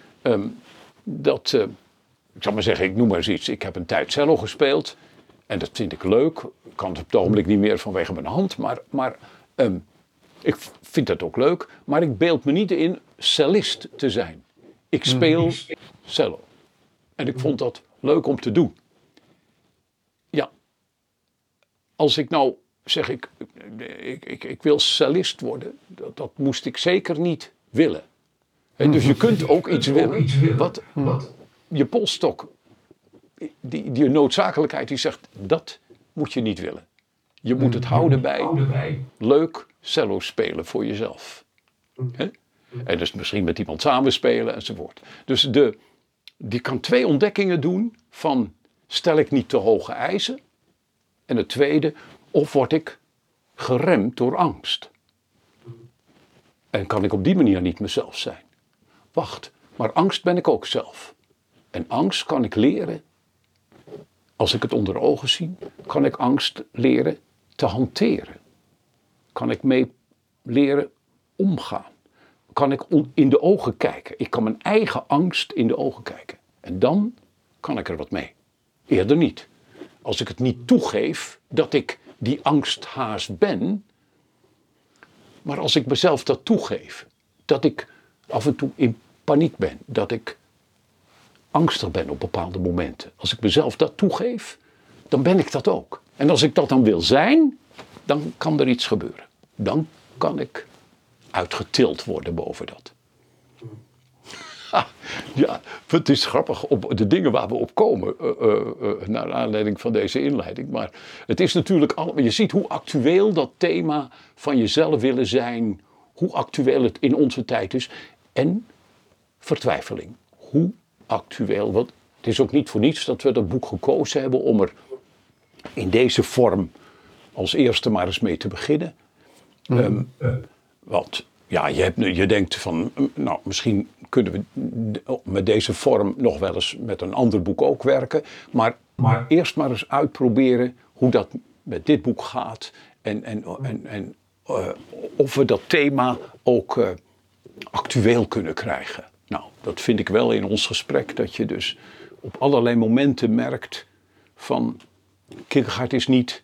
Ik zal maar zeggen, ik noem maar eens iets. Ik heb een tijd cello gespeeld. En dat vind ik leuk. Ik kan het op het ogenblik niet meer vanwege mijn hand. Maar ik vind dat ook leuk. Maar ik beeld me niet in cellist te zijn. Ik speel cello. En ik vond dat leuk om te doen. Ja. Als ik nou zeg, ik wil cellist worden. Dat moest ik zeker niet willen. En dus je kunt ook iets willen wat je polstok, die noodzakelijkheid die zegt, dat moet je niet willen. Je moet het houden bij leuk cello spelen voor jezelf. Hè? En dus misschien met iemand samenspelen enzovoort. Dus die kan 2 ontdekkingen doen van stel ik niet te hoge eisen. En het tweede, of word ik geremd door angst. En kan ik op die manier niet mezelf zijn. Wacht, maar angst ben ik ook zelf. En angst kan ik leren, als ik het onder ogen zie, kan ik angst leren te hanteren. Kan ik mee leren omgaan. Kan ik in de ogen kijken. Ik kan mijn eigen angst in de ogen kijken. En dan kan ik er wat mee. Eerder niet. Als ik het niet toegeef dat ik die angsthaas ben. Maar als ik mezelf dat toegeef. Dat ik af en toe in paniek ben. Dat ik angstig ben op bepaalde momenten. Als ik mezelf dat toegeef, dan ben ik dat ook. En als ik dat dan wil zijn, dan kan er iets gebeuren. Dan kan ik uitgetild worden boven dat. Ja, het is grappig op de dingen waar we op komen, naar aanleiding van deze inleiding. Maar het is natuurlijk allemaal, je ziet hoe actueel dat thema van jezelf willen zijn, hoe actueel het in onze tijd is. En vertwijfeling. Hoe actueel, want het is ook niet voor niets dat we dat boek gekozen hebben om er in deze vorm als eerste maar eens mee te beginnen. Want ja, je denkt van, nou misschien kunnen we met deze vorm nog wel eens met een ander boek ook werken. Maar eerst maar eens uitproberen hoe dat met dit boek gaat. En of we dat thema ook actueel kunnen krijgen. Nou, dat vind ik wel in ons gesprek, dat je dus op allerlei momenten merkt van Kierkegaard is niet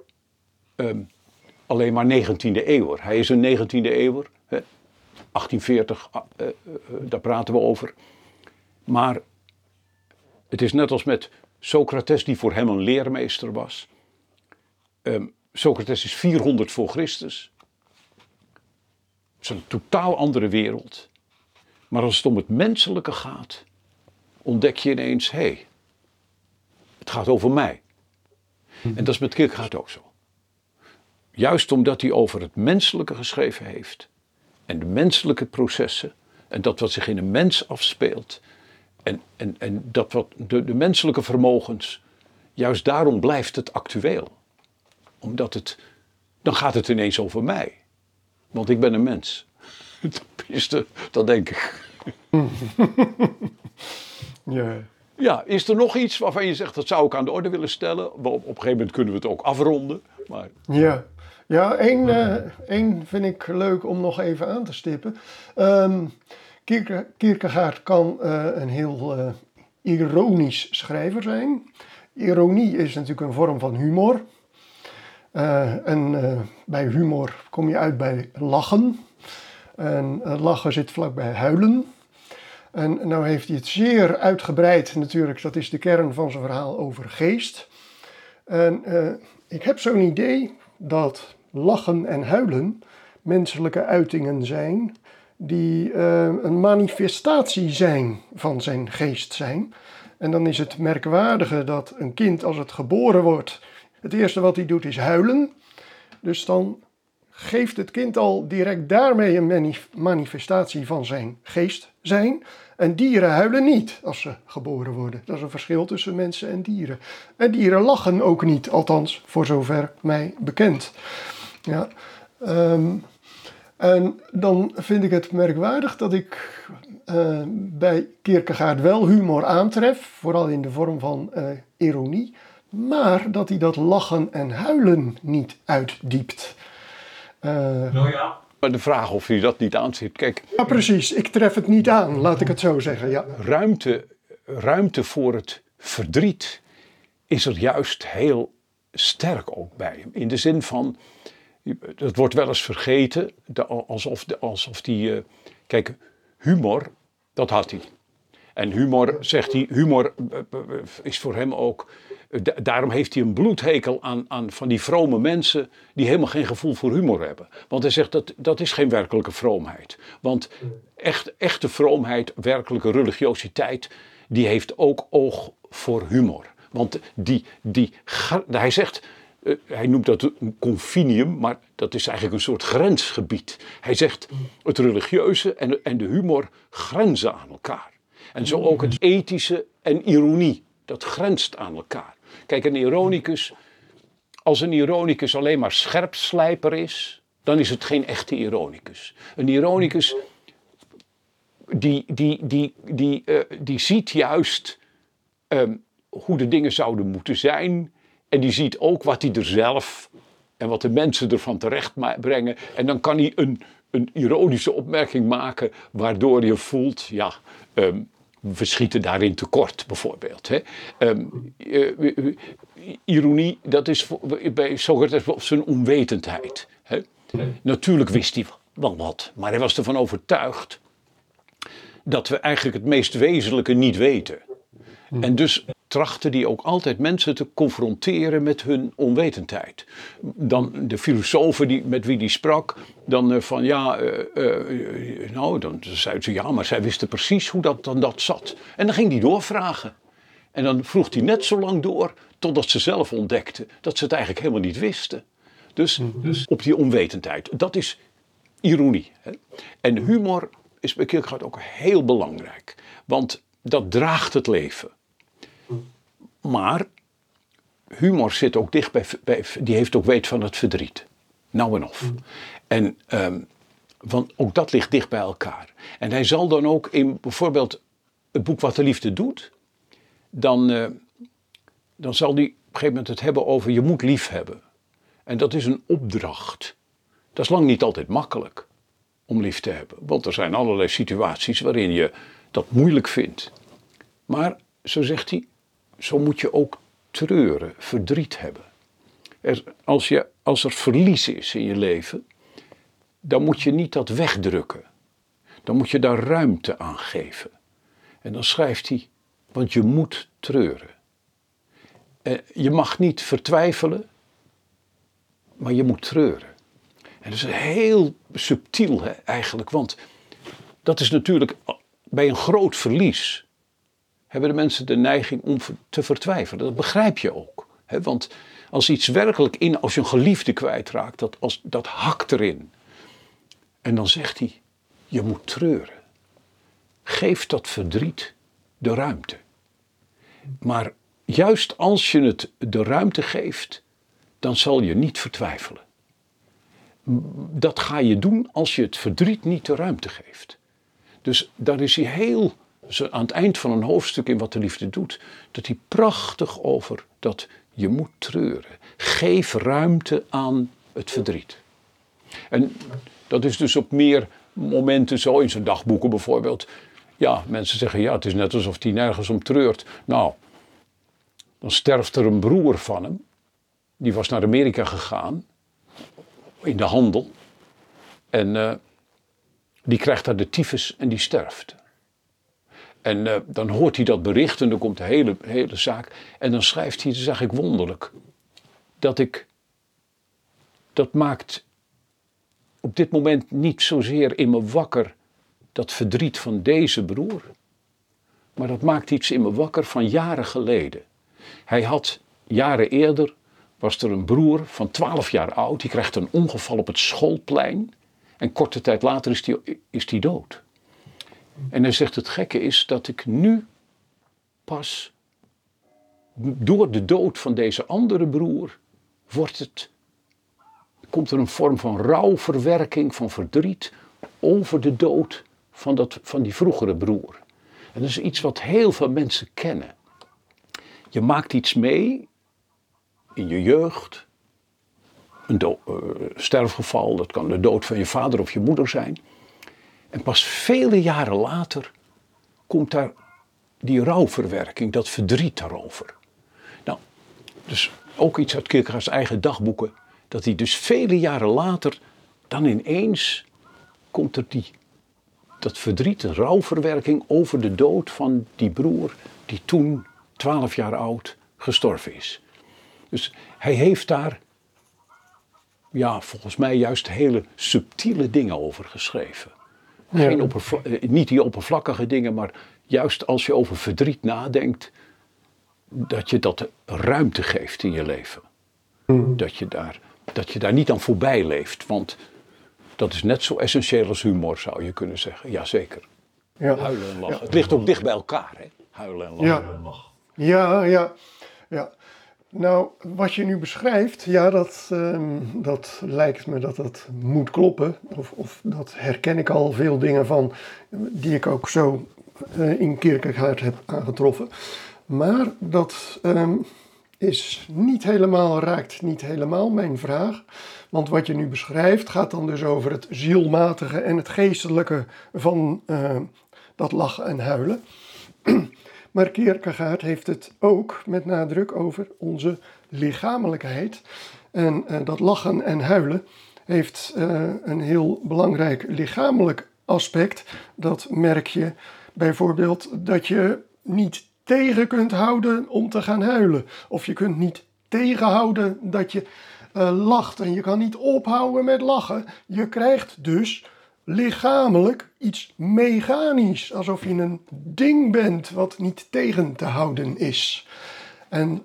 alleen maar 19e eeuw. Hij is een 19e eeuwer, 1840, daar praten we over. Maar het is net als met Socrates, die voor hem een leermeester was. Socrates is 400 voor Christus. Het is een totaal andere wereld. Maar als het om het menselijke gaat, ontdek je ineens, hé, het gaat over mij. En dat is met Kierkegaard ook zo. Juist omdat hij over het menselijke geschreven heeft. En de menselijke processen. En dat wat zich in een mens afspeelt. En dat wat de menselijke vermogens. Juist daarom blijft het actueel. Omdat dan gaat het ineens over mij. Want ik ben een mens. Tenminste, dat denk ik. Ja. Ja, is er nog iets waarvan je zegt, dat zou ik aan de orde willen stellen? Op een gegeven moment kunnen we het ook afronden. Maar... Ja, één vind ik leuk om nog even aan te stippen. Kierkegaard kan een heel ironisch schrijver zijn. Ironie is natuurlijk een vorm van humor. Bij humor kom je uit bij lachen. En lachen zit vlakbij huilen. En nou heeft hij het zeer uitgebreid natuurlijk, dat is de kern van zijn verhaal over geest. En ik heb zo'n idee dat lachen en huilen menselijke uitingen zijn die een manifestatie zijn van zijn geest zijn. En dan is het merkwaardige dat een kind als het geboren wordt, het eerste wat hij doet is huilen. Dus dan geeft het kind al direct daarmee een manifestatie van zijn geest zijn. En dieren huilen niet als ze geboren worden. Dat is een verschil tussen mensen en dieren. En dieren lachen ook niet, althans voor zover mij bekend. Ja, en dan vind ik het merkwaardig dat ik bij Kierkegaard wel humor aantref, vooral in de vorm van ironie, maar dat hij dat lachen en huilen niet uitdiept. Maar de vraag of hij dat niet aanzet, kijk... Ja, precies. Ik tref het niet aan, laat ik het zo zeggen, ja. Ruimte voor het verdriet is er juist heel sterk ook bij hem. In de zin van, het wordt wel eens vergeten, alsof die... Kijk, humor, dat had hij. En humor, zegt hij, humor is voor hem ook... Daarom heeft hij een bloedhekel aan van die vrome mensen die helemaal geen gevoel voor humor hebben. Want hij zegt dat is geen werkelijke vroomheid. Want echte vroomheid, werkelijke religiositeit, die heeft ook oog voor humor. Want hij zegt, hij noemt dat een confinium, maar dat is eigenlijk een soort grensgebied. Hij zegt het religieuze en de humor grenzen aan elkaar. En zo ook het ethische en ironie, dat grenst aan elkaar. Kijk, als een ironicus alleen maar scherpslijper is, dan is het geen echte ironicus. Een ironicus die ziet juist hoe de dingen zouden moeten zijn. En die ziet ook wat hij er zelf en wat de mensen ervan terecht brengen. En dan kan hij een ironische opmerking maken waardoor je voelt, we schieten daarin tekort bijvoorbeeld. Hè. Ironie, dat is bij Socrates zijn onwetendheid. Hè. Natuurlijk wist hij wel wat, maar hij was ervan overtuigd dat we eigenlijk het meest wezenlijke niet weten. En dus trachtte hij ook altijd mensen te confronteren met hun onwetendheid. Dan de filosofen met wie hij sprak, dan dan zeiden ze maar zij wisten precies hoe dat zat. En dan ging hij doorvragen. En dan vroeg hij net zo lang door, totdat ze zelf ontdekten dat ze het eigenlijk helemaal niet wisten. Dus op die onwetendheid, dat is ironie. Hè? En humor is bij Kierkegaard ook heel belangrijk, want dat draagt het leven. Maar humor zit ook dicht die heeft ook weet van het verdriet. Nou en of. En want ook dat ligt dicht bij elkaar. En hij zal dan ook in bijvoorbeeld het boek Wat de Liefde Doet, dan zal hij op een gegeven moment het hebben over je moet lief hebben. En dat is een opdracht. Dat is lang niet altijd makkelijk om lief te hebben. Want er zijn allerlei situaties waarin je dat moeilijk vindt. Maar, zo zegt hij, zo moet je ook treuren, verdriet hebben. Als er verlies is in je leven, dan moet je niet dat wegdrukken. Dan moet je daar ruimte aan geven. En dan schrijft hij, want je moet treuren. Je mag niet vertwijfelen, maar je moet treuren. En dat is heel subtiel eigenlijk, want dat is natuurlijk bij een groot verlies hebben de mensen de neiging om te vertwijfelen. Dat begrijp je ook. Hè? Want als iets werkelijk als je een geliefde kwijtraakt, dat hakt erin. En dan zegt hij, je moet treuren. Geef dat verdriet de ruimte. Maar juist als je het de ruimte geeft, dan zal je niet vertwijfelen. Dat ga je doen als je het verdriet niet de ruimte geeft. Dus daar is hij aan het eind van een hoofdstuk in Wat de Liefde Doet, dat hij prachtig over dat je moet treuren. Geef ruimte aan het verdriet. En dat is dus op meer momenten zo, in zijn dagboeken bijvoorbeeld. Ja, mensen zeggen, het is net alsof hij nergens om treurt. Nou, dan sterft er een broer van hem. Die was naar Amerika gegaan, in de handel. En die krijgt daar de tyfus en die sterft. En dan hoort hij dat bericht en dan komt de hele zaak. En dan schrijft hij, dat is eigenlijk wonderlijk, dat maakt op dit moment niet zozeer in me wakker dat verdriet van deze broer. Maar dat maakt iets in me wakker van jaren geleden. Hij had, jaren eerder, was er een broer van 12 jaar oud. Die krijgt een ongeval op het schoolplein. En korte tijd later is die dood. En hij zegt, het gekke is dat ik nu pas door de dood van deze andere broer komt er een vorm van rouwverwerking, van verdriet over de dood van die vroegere broer. En dat is iets wat heel veel mensen kennen. Je maakt iets mee in je jeugd, een sterfgeval, dat kan de dood van je vader of je moeder zijn. En pas vele jaren later komt daar die rouwverwerking, dat verdriet daarover. Nou, dus ook iets uit Kierkegaards eigen dagboeken, dat hij dus vele jaren later, dan ineens komt er dat verdriet, de rouwverwerking over de dood van die broer die toen 12 jaar oud gestorven is. Dus hij heeft daar, volgens mij juist hele subtiele dingen over geschreven. Ja. Niet die oppervlakkige dingen, maar juist als je over verdriet nadenkt, dat je dat ruimte geeft in je leven. Dat je daar niet aan voorbij leeft. Want dat is net zo essentieel als humor, zou je kunnen zeggen. Jazeker. Ja. Huilen en lachen. Het ligt ook dicht bij elkaar, hè? Huilen en lachen. Ja. Nou, wat je nu beschrijft, ja, dat lijkt me dat dat moet kloppen. Of dat herken ik al veel dingen van, die ik ook zo in Kierkegaard heb aangetroffen. Maar dat raakt niet helemaal mijn vraag. Want wat je nu beschrijft gaat dan dus over het zielmatige en het geestelijke van dat lachen en huilen. Maar Kierkegaard heeft het ook met nadruk over onze lichamelijkheid. En dat lachen en huilen heeft een heel belangrijk lichamelijk aspect. Dat merk je bijvoorbeeld dat je niet tegen kunt houden om te gaan huilen. Of je kunt niet tegenhouden dat je lacht en je kan niet ophouden met lachen. Je krijgt dus lichamelijk iets mechanisch, alsof je een ding bent wat niet tegen te houden is. En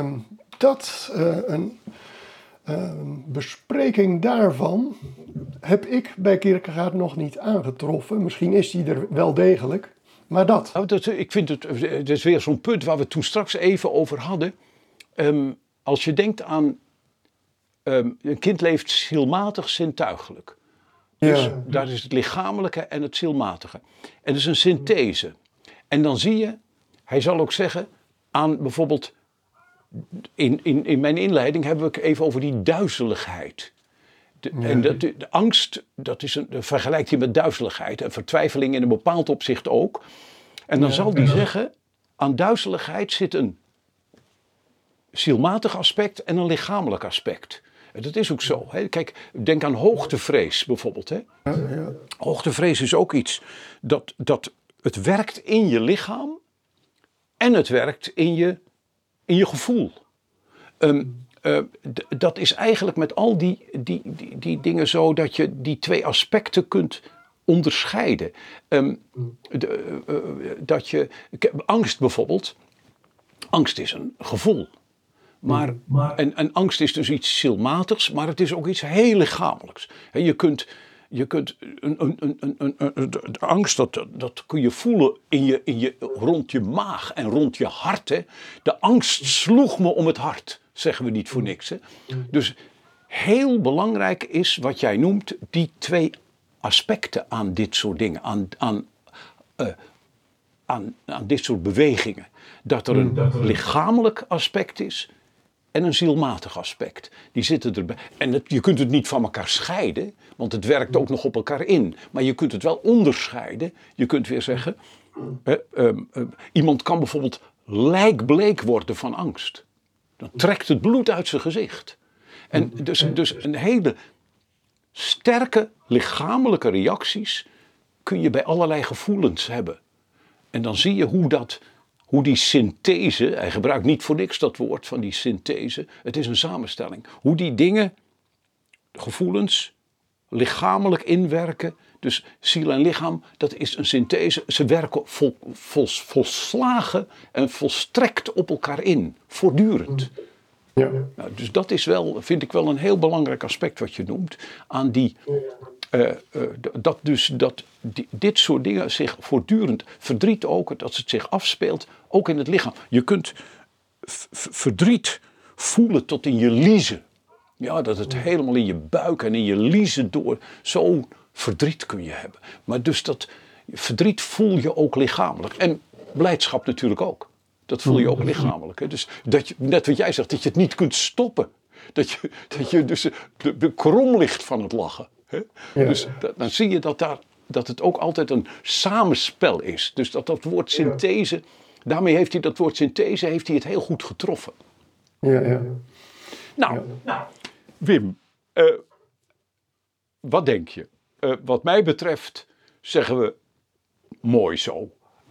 een bespreking daarvan heb ik bij Kierkegaard nog niet aangetroffen. Misschien is die er wel degelijk, maar dat. Nou, ik vind het is weer zo'n punt waar we het toen straks even over hadden. Als je denkt aan een kind leeft zielmatig zintuigelijk. Dus daar is het lichamelijke en het zielmatige. En dat is een synthese. En dan zie je, hij zal ook zeggen, aan bijvoorbeeld, in mijn inleiding hebben we het even over die duizeligheid. En de angst, vergelijkt hij met duizeligheid en vertwijfeling in een bepaald opzicht ook. En dan zal hij zeggen, aan duizeligheid zit een zielmatig aspect en een lichamelijk aspect. En dat is ook zo. Hè. Kijk, denk aan hoogtevrees bijvoorbeeld. Hè. Hoogtevrees is ook iets dat het werkt in je lichaam en het werkt in je gevoel. Dat is eigenlijk met al die dingen zo dat je die twee aspecten kunt onderscheiden. Angst bijvoorbeeld. Angst is een gevoel. En angst is dus iets zielmatigs, maar het is ook iets heel lichamelijks. Je kunt de angst, dat kun je voelen rond je maag en rond je hart. Hè. De angst sloeg me om het hart, zeggen we niet voor niks. Hè. Dus heel belangrijk is wat jij noemt, die twee aspecten aan dit soort dingen, aan dit soort bewegingen. Dat er een lichamelijk aspect is en een zielmatig aspect. Die zitten erbij. En je kunt het niet van elkaar scheiden, want het werkt ook nog op elkaar in. Maar je kunt het wel onderscheiden. Je kunt weer zeggen, iemand kan bijvoorbeeld lijkbleek worden van angst. Dan trekt het bloed uit zijn gezicht. En dus een hele sterke lichamelijke reacties kun je bij allerlei gevoelens hebben. En dan zie je hoe die synthese, hij gebruikt niet voor niks dat woord van die synthese, het is een samenstelling. Hoe die dingen, gevoelens, lichamelijk inwerken, dus ziel en lichaam, dat is een synthese. Ze werken volslagen en volstrekt op elkaar in, voortdurend. Ja. Nou, dus dat is vind ik wel een heel belangrijk aspect wat je noemt, aan dit soort dingen zich voortdurend, verdriet ook, dat het zich afspeelt, ook in het lichaam. Je kunt verdriet voelen tot in je liezen. Ja, dat het helemaal in je buik en in je liezen door, zo'n verdriet kun je hebben. Maar dus dat verdriet voel je ook lichamelijk. En blijdschap natuurlijk ook. Dat voel je ook lichamelijk. Hè? Dus net wat jij zegt, dat je het niet kunt stoppen. Dat je dus de krom ligt van het lachen. Hè? Ja. Dus dan zie je dat het ook altijd een samenspel is. Dus dat woord synthese, daarmee heeft hij dat woord synthese het heel goed getroffen. Ja. Nou, Wim, wat denk je? Wat mij betreft zeggen we mooi zo.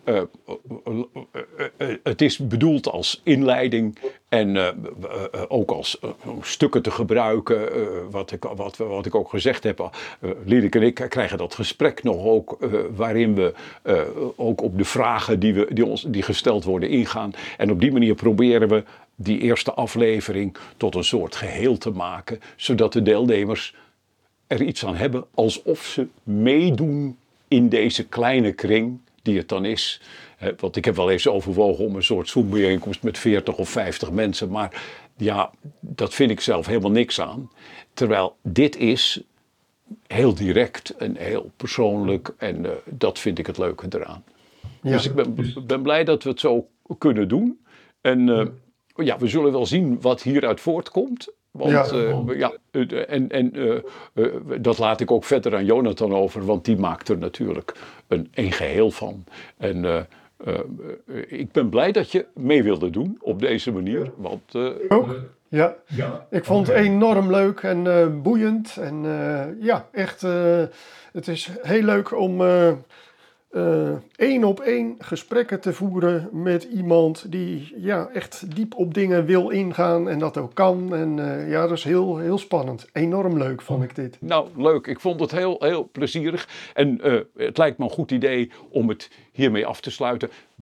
Het is bedoeld als inleiding en ook als stukken te gebruiken. Wat ik ook gezegd heb. Liedeke en ik krijgen dat gesprek nog ook waarin we ook op de vragen die gesteld worden ingaan. En op die manier proberen we die eerste aflevering tot een soort geheel te maken, zodat de deelnemers er iets aan hebben alsof ze meedoen in deze kleine kring die het dan is. Want ik heb wel eens overwogen om een soort Zoom-bijeenkomst met 40 of 50 mensen, maar ja, dat vind ik zelf helemaal niks aan. Terwijl dit is heel direct en heel persoonlijk en dat vind ik het leuke eraan. Ja. Dus ik ben blij dat we het zo kunnen doen. En we zullen wel zien wat hieruit voortkomt. Want dat laat ik ook verder aan Jonathan over, want die maakt er natuurlijk een geheel van. En ik ben blij dat je mee wilde doen op deze manier. Want, ook? Ja. Ik vond het enorm leuk en boeiend. En echt, het is heel leuk om 1-op-1 gesprekken te voeren met iemand die echt diep op dingen wil ingaan en dat ook kan. En dat is heel, heel spannend. Enorm leuk vond ik dit. Nou, leuk. Ik vond het heel, heel plezierig. En het lijkt me een goed idee om het hiermee af te sluiten.